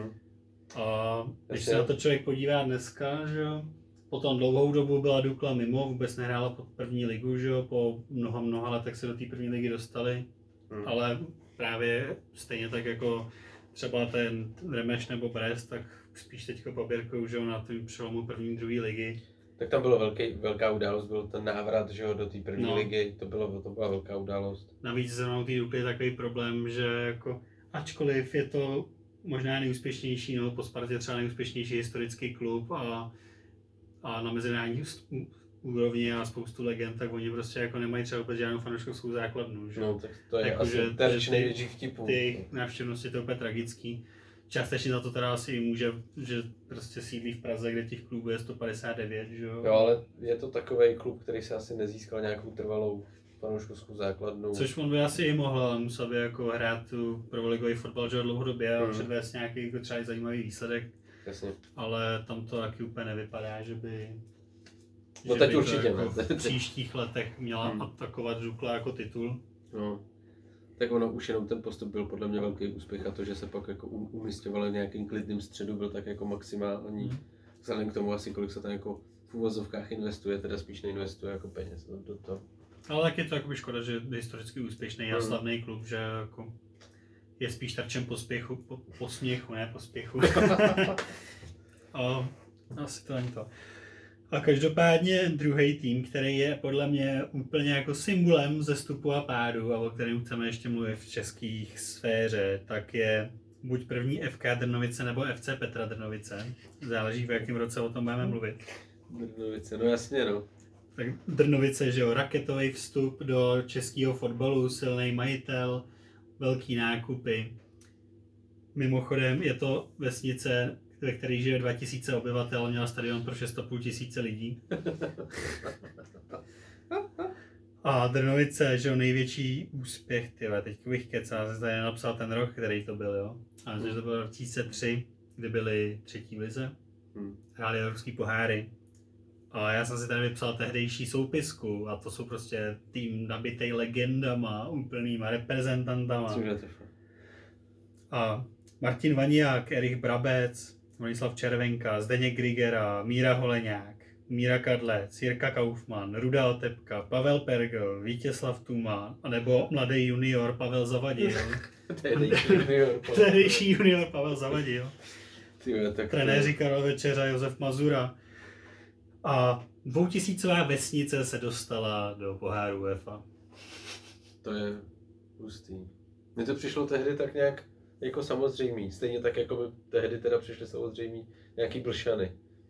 A když se na to člověk podívá dneska, že jo, potom dlouhou dobu byla Dukla mimo, vůbec nehrála pod první ligu, že jo, po mnoha letech se do té první ligy dostali, ale právě stejně tak jako třeba ten Remeš nebo Brest, tak spíš teďko poběrkou, že jo, na tom přelomu první, druhé ligy. Tak tam bylo velká událost, byl ten návrat, že jo, do té první ligy, to byla velká událost. Navíc zrovna té Dukly je takový problém, že jako, ačkoliv je to možná nejúspěšnější, no po Spartě třeba nejúspěšnější historický klub a na mezinárodní úrovni a spoustu legend, tak oni prostě jako nemají třeba vůbec žádnou fanouškovskou základnu, že? No, tak to je jako, asi terč největších vtipů. Ty návštěvnosti to je úplně tragický. Částečně za to teda asi může, že prostě sídlí v Praze, kde těch klubů je 159, že jo? Jo, ale je to takový klub, který se asi nezískal nějakou trvalou fanouškovskou základnu. Což on by asi i mohl, ale musel by jako hrát tu prvoligový fotbal, že dlouhodobě a předvést nějaký jako třeba zajímavý výsledek. Jasně. Ale tam to taky úplně nevypadá, že by... No teď určitě jako v příštích letech měla atakovat Dukla jako titul. No. Tak ono už jenom ten postup byl podle mě velký úspěch a to, že se pak jako umisťovali v nějakým klidným středu, byl tak jako maximální. Vzhledem k tomu asi, kolik se tam jako v uvozovkách investuje, teda spíš neinvestuje jako peněz do toho. Ale tak je to jakoby škoda, že historicky úspěšný a slavný klub, že jako je spíš terčem posměchu, ne pospěchu. A asi to není to. A každopádně druhý tým, který je podle mě úplně jako symbolem zestupu a pádu a o kterém chceme ještě mluvit v české sféře, tak je buď první FK Drnovice nebo FC Petra Drnovice. Záleží, v jakém roce o tom budeme mluvit. Drnovice, no jasně no. Tak Drnovice, že jo, raketový vstup do českého fotbalu, silný majitel, velký nákupy. Mimochodem je to vesnice, ve které žije 2000 obyvatel, měla stadion pro 6,5 tisíce lidí. A Drnovice, že jo, největší úspěch, tyhle, teď bych kecal, jsem tady napsal ten rok, který to byl, jo. A že to bylo 2003, kdy byli třetí v lize, hráli evropský poháry. A já jsem si tady vypsal tehdejší soupisku a to jsou prostě tým nabitej legendama, úplnýma reprezentantama. A Martin Vaňák, Erich Brabec, Vladislav Červenka, Zdeněk Grigera, Míra Holeňák, Míra Kadlec, Jirka Kaufmann, Ruda Otepka, Pavel Pergl, Vítězslav Tuma, anebo mladý junior Pavel Zavadil. Tehdejší junior Pavel Zavadil. Trenéři Karel Večeřa, Josef Mazura. A 2000 vesnice se dostala do poháru UEFA. To je hustý. Mně to přišlo tehdy tak nějak jako samozřejmý. Stejně tak jako by tehdy teda přišly samozřejmý nějaký Blšany.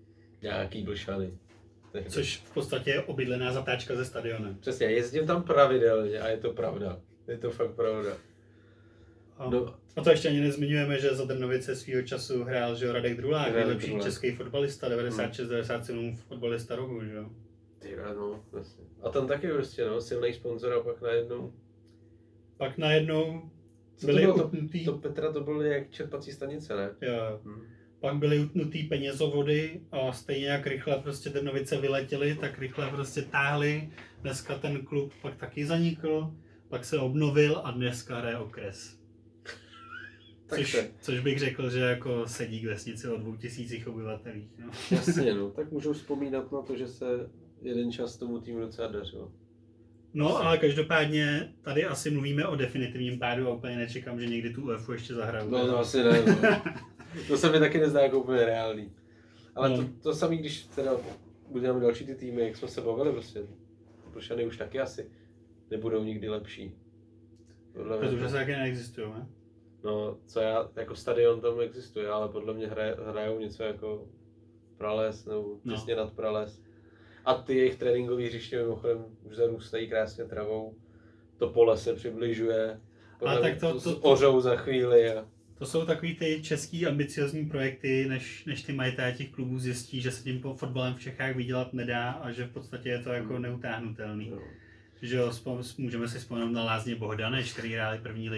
Tehdy. Což v podstatě je obydlená zatáčka ze stadionem. Přesně, jezdím tam pravidelně a je to pravda. Je to fakt pravda. A to ještě ani nezmiňujeme, že za Drnovice svýho času hrál, že Radek Drulák, nejlepší český fotbalista, 96-97 fotbalista rohu, že jo. No, vlastně. A tam taky prostě, no, silný sponzor a pak najednou byli utnutý. To Petra to byl nějak čerpací stanice, ne? Jo. Pak byly utnutý penězovody a stejně jak rychle prostě Drnovice vyletěli, tak rychle prostě táhli. Dneska ten klub pak taky zanikl, pak se obnovil a dneska hraje okres. Což bych řekl, že jako sedí k vesnici o 2000 obyvatelích. No. Jasně, no, tak můžu vzpomínat na to, že se jeden čas tomu týmu docela dařilo. No, ale každopádně tady asi mluvíme o definitivním pádu a úplně nečekám, že někdy tu UEFu ještě zahraju. No to asi ne, no. To se mi taky nezdá jako úplně reálný. Ale no. to samý, když teda budeme další ty týmy, jak jsme se bavili prostě, Pršany už taky asi nebudou nikdy lepší. Protože se taky neexistují, ne? No, co já, jako stadion tam existuje, ale podle mě hrajou něco jako prales, nebo těsně nad prales. A ty jejich tréninkový hřiště mimochodem už zarůstají krásně travou. To pole se přibližuje, tak ořou za chvíli. To jsou takový ty český ambiciozní projekty, než ty majitelé těch klubů zjistí, že se tím fotbalem v Čechách vydělat nedá a že v podstatě je to jako neutáhnutelný. No. Že jo, můžeme si vzpomenout na Lázně Bohdaneš, který hráli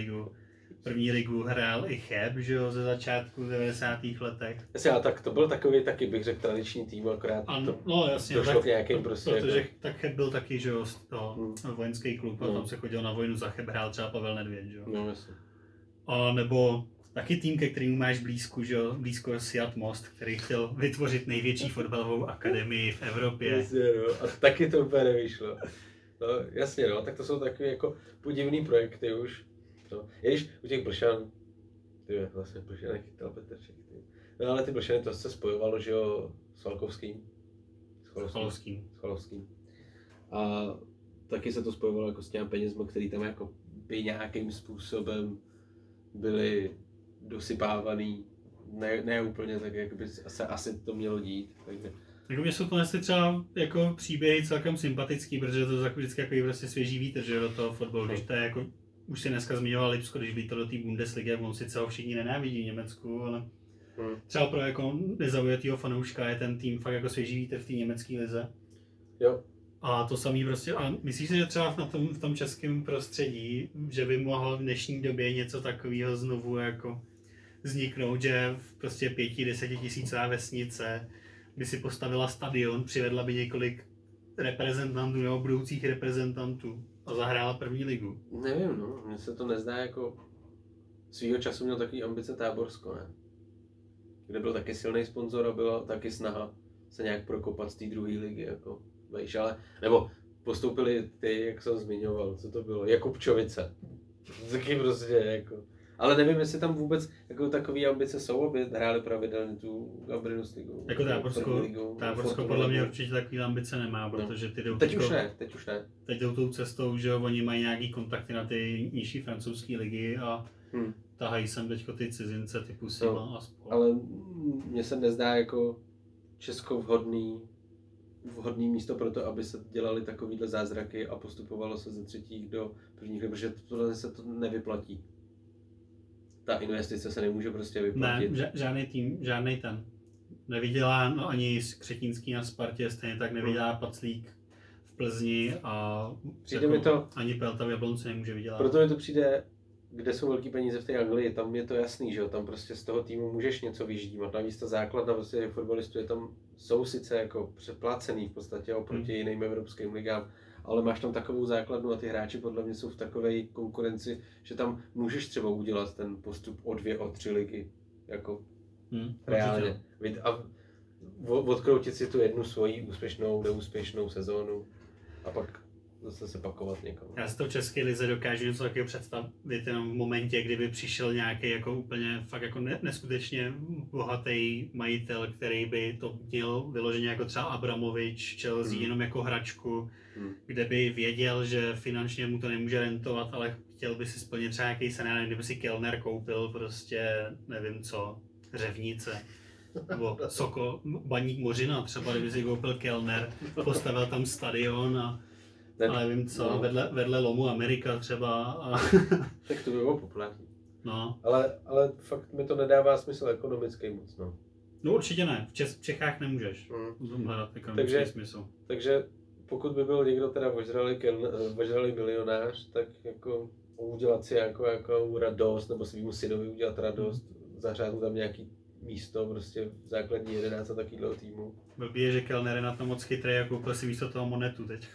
první ligu hrál i Cheb, že jo, ze začátku 90. letech. Jasně, ale tak to byl takový taky, bych řekl, tradiční tým, akorát no, jasně, došlo k nějakým prostě... Protože jako... tak Cheb byl taky, že jo, vojenský klub, a tam se chodil na vojnu za Cheb, hrál třeba Pavel Nedvěd, že jo. No, jasně. A nebo taky tým, ke kterému máš blízko Siat Most, který chtěl vytvořit největší fotbalovou akademii v Evropě. Jasně, no, a taky to úplně nevyšlo. No, jasně, no, tak to jsou takové jako podivný projekty už. No, když u těch Blšan, vlastně Blšan chytal Petrček, no ale ty Blšany to se spojovalo, že jo, s Valkovským. S Cholovským. A taky se to spojovalo jako s těmi penězmi, který tam jako by nějakým způsobem byly dosypávaný, ne úplně tak, jak by se asi to mělo dít. Takže. Jako mě jsou to třeba jako příběhy celkem sympatický, protože to je vždycky jako prostě svěží vítr, že do toho fotbalu, když to je jako, už si dneska zmiňoval Lipsko, když by to do té Bundesligy, on sice ho všichni nenávidí v Německu, ale třeba pro jako nezaujatýho fanouška je ten tým fakt jako svěží vítr v té německé lize. Jo. A to samý prostě, a myslíš si, že třeba v tom českém prostředí, že by mohlo v dnešní době něco takového znovu jako vzniknout, že v prostě 5-10 tisícová vesnice by si postavila stadion, přivedla by několik reprezentantů nebo budoucích reprezentantů a zahrála první ligu? Nevím, no, mně se to nezdá jako... Svýho času měl takový ambice Táborsko, ne? Kde byl taky silný sponzor a byla taky snaha se nějak prokopat z té druhé ligy, jako, víš, ale... Nebo postoupili ty, jak jsem zmiňoval, co to bylo, Jakubčovice. Taky prostě, jako... Ale nevím, jestli tam vůbec jako takové ambice jsou, aby hráli pravidelně tu Gambrinus ligu. Jako Táborsko podle mě určitě takové ambice nemá, protože ty jdou... Teď už ne. Teď jdou tou cestou, že oni mají nějaký kontakty na ty nižší francouzské ligy a tahají sem teďko ty cizince typu Sima a spolu. Ale mně se nezdá jako Česko vhodný místo pro to, aby se dělali takovýhle zázraky a postupovalo se ze třetích do prvních, protože tohle se to nevyplatí. Ta investice se nemůže prostě vyplatit. Ne, žádný tým, žádný ten. Nevydělá ani Křetínský na Spartě, stejně tak nevydělá Paclík v Plzni a přijde mi to, ani Pelta v Jablonci nemůže vydělat. Proto mi to přijde, kde jsou velký peníze v té Anglii, tam je to jasný, že jo, tam prostě z toho týmu můžeš něco vyždímat. Navíc ta základna prostě fotbalistů je tam, jsou sice jako přeplácený v podstatě oproti jiným evropským ligám, ale máš tam takovou základnu a ty hráči podle mě jsou v takové konkurenci, že tam můžeš třeba udělat ten postup o 2, o 3 ligy, jako reálně. A odkroutit si tu jednu svoji úspěšnou, neúspěšnou sezónu a pak zase se pakovat někam. Já si to v české lize dokážu něco takového představit jenom v momentě, kdyby přišel nějaký jako úplně fakt jako neskutečně bohatý majitel, který by to měl vyloženě jako třeba Abramovič, Chelsea jenom jako hračku, kde by věděl, že finančně mu to nemůže rentovat, ale chtěl by si splnit třeba nějaký scénář, kdyby si Kellner koupil prostě nevím co, Řevnice. Nebo Baník Mořina třeba, kdyby si koupil Kellner, postavil tam stadion a nevím co, no. vedle Lomu Amerika třeba. A... Tak to by bylo populární. No. Ale fakt mi to nedává smysl ekonomický moc, no. No určitě ne, v Čechách nemůžeš hledat ekonomický smysl. Takže pokud by byl někdo teda ožralý milionář, tak jako udělat si jako radost, nebo svýmu synovi udělat radost, zahrát mu tam nějaký místo prostě v základní 11 a takovýhle týmu. Blbý je, že Kellner je na to moc chytrý a koupil si místo toho Monetu teď.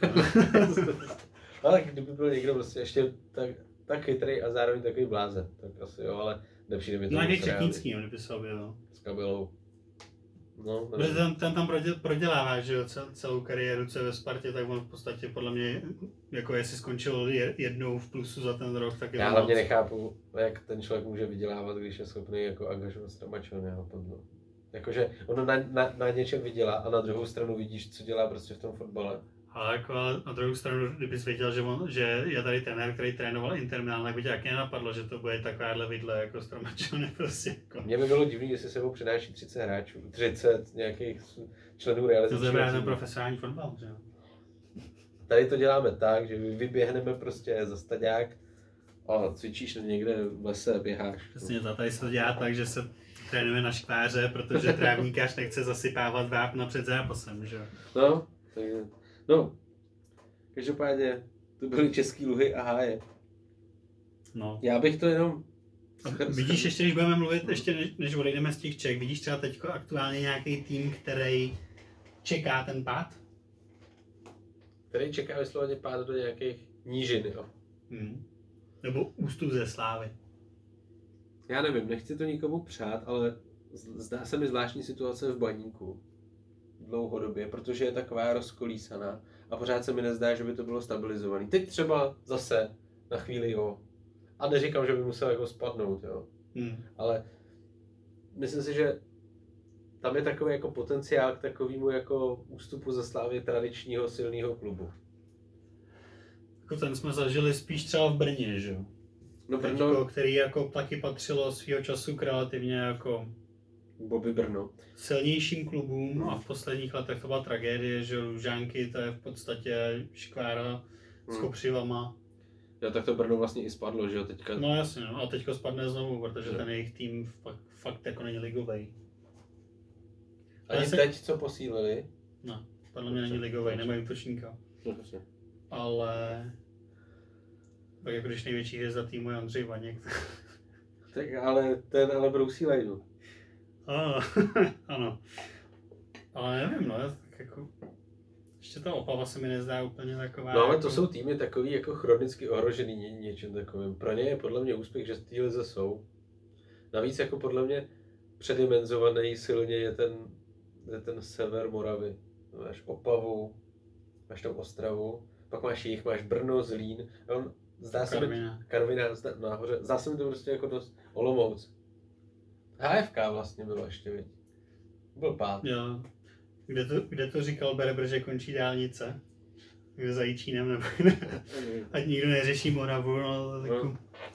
Ale kdyby byl někdo prostě ještě tak chytrý a zároveň takový blázen, tak asi jo, ale nepřijde mi to No, moc nějaký reálný. Křetínský, kdyby se objevil. S Kabelou. No, Protože ten tam prodělává, že jo, celou kariéru, co je ve Spartě, tak on v podstatě podle mě, jako jestli skončil jednou v plusu za ten rok, tak je to já hlavně moc. nechápu, jak ten člověk může vydělávat, když je schopný jako angažovat stramačeného. Jakože ono na něčem vydělá a na druhou stranu vidíš, co dělá prostě v tom fotbale. Ale jako na druhou stranu, kdybys věděl, že je tady trenér, který trénoval Inter Milan, tak by tě taky nenapadlo, že to bude takováhle vidle jako Stramačony prostě jako. Mně by bylo divný, jestli sebou přináší 30 hráčů, 30 nějakých členů To realizačního znamená ten týmu. profesionální fotbal, že jo. Tady to děláme tak, že vyběhneme prostě za staďák a cvičíš někde v lese, běháš. Přesně to, tady se to dělá tak, že se trénuje na škváře, protože trávníkář nechce zasypávat vápna před zápasem, že jo. No, takže, no, každopádně to byly Český Luhy a Háje. No. Já bych to jenom... Vidíš, ještě když budeme mluvit, ještě než odejdeme z těch Čech, vidíš třeba teď aktuálně nějaký tým, který čeká ten pád? Který čeká vysloveně pád do nějakých nížin, jo. Nebo ústup ze Slávy. Já nevím, nechci to nikomu přát, ale zdá se mi zvláštní situace v Baníku dlouhodobě, protože je taková rozkolísaná a pořád se mi nezdá, že by to bylo stabilizovaný. Teď třeba zase na chvíli jo. A neříkám, že by musel jako spadnout, jo. Ale myslím si, že tam je takový jako potenciál k takovému jako ústupu ze Slávy tradičního silného klubu. Jako ten jsme zažili spíš třeba v Brně, že jo? No Brno, který jako taky patřilo svýho času k relativně jako Bobby Brno. silnějším klubům a v posledních letech to byla tragédie, že Lužánky to je v podstatě škvára s kopřivama. Jo, tak to Brno vlastně i spadlo, že jo, teďka. No jasně, no. A teďko spadne znovu, protože ten jejich tým fakt jako není ligovej. Ani teď, co posílili? No, podle mě není ligovej, nemají útočníka. Ale tak jako když největší hvězda týmu je Ondřej Vaněk. Tak ale ten brousí lejnu. Ano. Ale nevím, no, tak jako ještě ta Opava se mi nezdá úplně taková. No ale jako... to jsou týmy takový jako chronicky ohrožený něčím takovým. Pro ně je podle mě úspěch, že v té lize jsou. Navíc jako podle mě předimenzovaný silně je ten sever Moravy. Máš Opavu, máš tam Ostravu, pak máš jich, máš Brno, Zlín. Zdá se mi Karviná nahoře. Zdá se mi to prostě jako dost Olomouc. HFK vlastně bylo ještě, viď? Byl pád. Jo. Kde to říkal Berber, že končí dálnice? Kde za Jičínem nebo ať nikdo neřeší Moravu, no tak...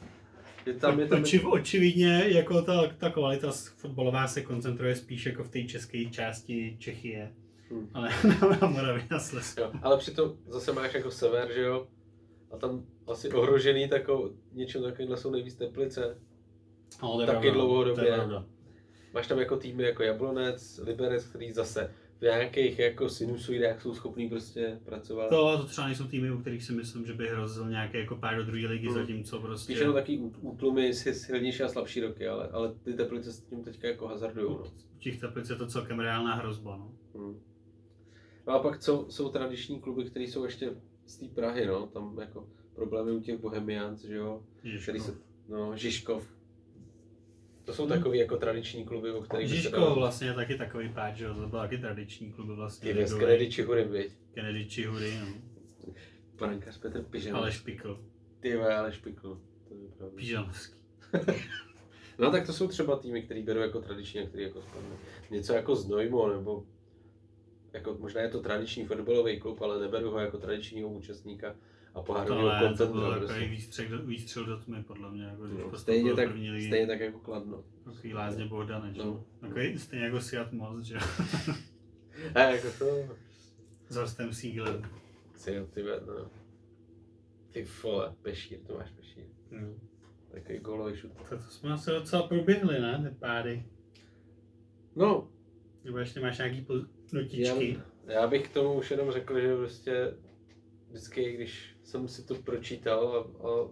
Očividně jako ta kvalita fotbalová se koncentruje spíš jako v té české části Čechie. Ale na Moravě a Slezsku. Ale přitom zase máš jako sever, že jo? A tam asi ohrožený něčím takovýmhle jsou nejvíc Teplice. No, taky dlouhodobě. Máš tam jako týmy jako Jablonec, Liberec, který zase v nějakých jako sinusoidách jsou schopný prostě pracovat. To třeba nejsou týmy, u kterých si myslím, že by hrozil nějaké jako pár do druhé ligy, zatímco prostě... Spíš jenom taky útlumy silnější a slabší roky, ale ty Teplice s tím teďka jako hazardujou. No. U těch Teplic je to celkem reálná hrozba, no. No a pak jsou tradiční kluby, které jsou ještě z té Prahy, no, tam jako problémy u těch Bohemians, že jo. Žižkov. To jsou takový jako tradiční kluby, o kterých by se dalo... Žižkov vlastně je taky takový páč, že jo, to byl taky tradiční kluby vlastně. Ty z Kennedy Čihury, viď? Kennedy Čihury, no. Brankář Petr Pyžamovský. Ale Špikl. Ty ale Špikl, to je pravda. Pyžamovský. No tak to jsou třeba týmy, který berou jako tradiční a který jako spadnou. Něco jako Znojmo, nebo jako možná je to tradiční fotbalový klub, ale neberu ho jako tradičního účastníka a pohárového kontendera. To byl takový výstřel do tmy, podle mě. Jako, no, stejně tak jako Kladno. Takový Lázně Bohdaneč. No. Takový stejně jako Siat Most, že? A jako to... S Horstem Sieglem. No. Ty vole, Pešír, to máš Pešír. Takový gólový šut. Tak to jsme asi docela proběhli, ne, ty pády. No. Nebo ještě máš nějaký notičky? Já bych k tomu už jenom řekl, že prostě vždycky, když jsem si to pročítal a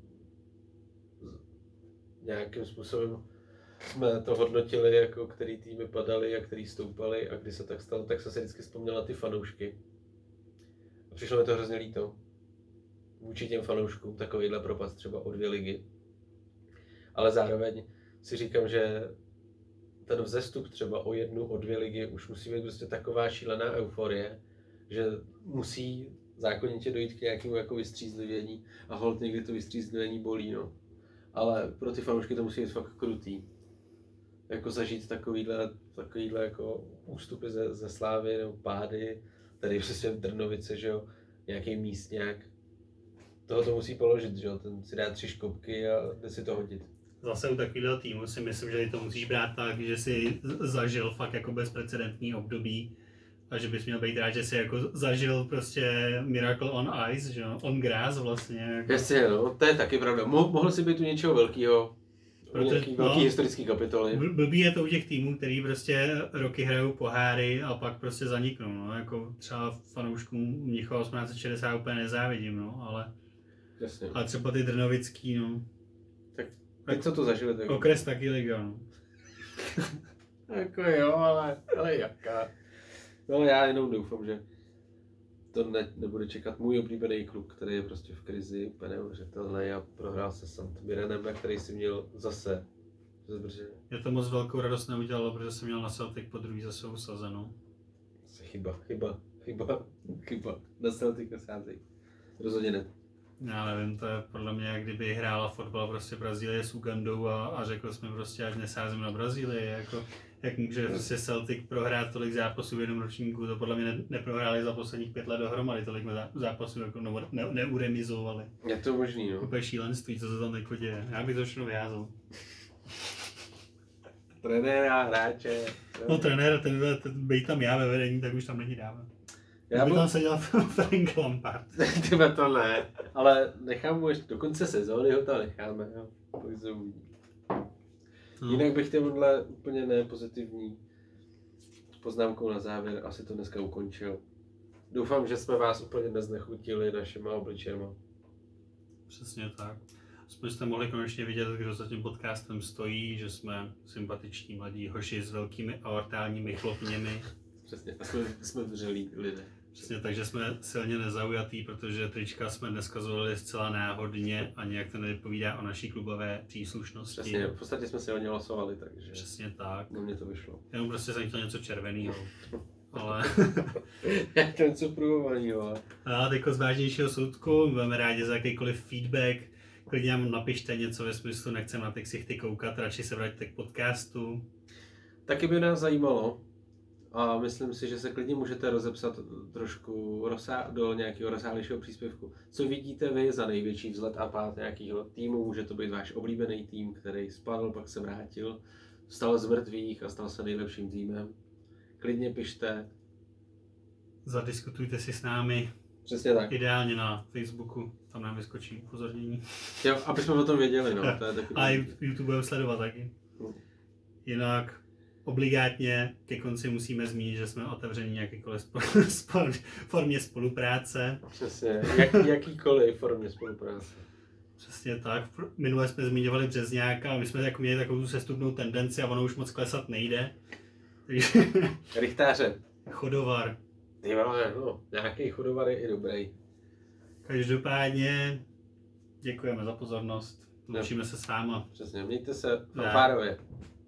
nějakým způsobem jsme to hodnotili, jako který týmy padaly a který stoupaly a kdy se tak stalo, tak jsem si vždycky vzpomněl na ty fanoušky. A přišlo mi to hrozně líto. Vůči těm fanouškům takovýhle propad třeba o 2 ligy. Ale zároveň si říkám, že ten vzestup třeba o 1, o 2 ligy už musí být prostě taková šílená euforie, že musí zákonitě dojít k nějakému jako vystřízlivění a holt někdy to vystřízlivění bolí, no. Ale pro ty fanoušky to musí být fakt krutý. Jako zažít takovýhle jako ústupy ze Slávy nebo pády, tady přesně v Drnovice, že jo, nějaký místňák. Toho to musí položit, že jo, ten si dá 3 škopky a jde si to hodit. Zase u takového týmu si myslím, že to musíš brát tak, že si zažil fakt jako bezprecedentní období a že bys měl být rád, že si jako zažil prostě Miracle on Ice, že jo, on grass vlastně. Jako. Jasně, no, to je taky pravda. Mohl si být u něčeho velkého, nějaký velký historický kapitoly. Blbý je to u těch týmů, který prostě roky hrajou poháry a pak prostě zaniknou, no, jako třeba fanouškům Mnichova 1860 úplně nezávidím, no, ale Jasně. A třeba ty Drnovický, no. Tak co to zažili? Tak... Okres taky liga, no. Jako jo, ale jaká. No já jenom doufám, že to nebude čekat můj oblíbený klub, který je prostě v krizi, úplně neuvěřitelný a prohrál se St. Mirrenem, který si měl zase zbrže. Je to moc velkou radost neudělalo, protože jsem měl na Celtic po druhý zase usazenou. Chyba. Na Celtic nesázej. Rozhodně ne. Já nevím, to je podle mě, jak kdyby hrála fotbal prostě Brazílie s Ugandou a řekl jsme prostě, ať nesázím na Brazílii, jako jak může prostě Celtic prohrát tolik zápasů v jednom ročníku, to podle mě neprohráli za posledních 5 let dohromady, tolik zápasů jako neuremizovali. Je to možný, no. Úplně šílenství, co se tam jako děje. Já bych to všechno vyházel. Trenéra, hráče. No trenér, ten bej tam já ve vedení, tak už tam není dávno. Já bych tam seděl Frank Lampard. Tyba to ne, ale nechám mu ještě do konce sezóny, ho tam necháme, jo. No. Jinak bych těmhle úplně nepozitivní poznámkou na závěr asi to dneska ukončil. Doufám, že jsme vás úplně neznechutili našima obličejma. Přesně tak. Aspoň jste mohli konečně vidět, kdo za tím podcastem stojí, že jsme sympatiční mladí hoši s velkými aortálními chlopněmi. Přesně, a jsme vřelí lidé. Přesně, takže jsme silně nezaujatý, protože trička jsme dneska zvolili zcela náhodně a nějak to nevypovídá o naší klubové příslušnosti. Přesně, v podstatě jsme si o ně hlasovali, takže... Přesně tak. No mě to vyšlo. Jenom prostě jsem chtěl něco červeného. Ale... Jak to něco průhovanýho, ale... A teďko z vážnějšího soudku, budeme rádi za jakýkoliv feedback. Klidně nám napište něco ve smyslu, nechceme na ty ksichty koukat, radši se vraťte k podcastu. Taky by nás zajímalo, a myslím si, že se klidně můžete rozepsat trošku do nějakého rozsáhlejšího příspěvku. Co vidíte vy za největší vzlet a pád nějakého týmu? Může to být váš oblíbený tým, který spadl, pak se vrátil, vstal z mrtvých a stal se nejlepším týmem. Klidně pište. Zadiskutujte si s námi. Přesně tak. Ideálně na Facebooku, tam nám vyskočí upozornění. Jo, aby jsme o tom věděli, no. To je takový... A YouTube budeme sledovat taky. Jinak obligátně ke konci musíme zmínit, že jsme otevření nějakékoliv formě spolupráce. Přesně, jakýkoliv formě spolupráce. Přesně tak. Minule jsme zmiňovali Březňáka a my jsme jako měli takovou sestupnou tendenci a ono už moc klesat nejde. Richtáře. Chodovar. Ty vole, no, nějaký chodovar je i dobrý. Každopádně děkujeme za pozornost. Loučíme se s váma. Přesně, mějte se fanfárově.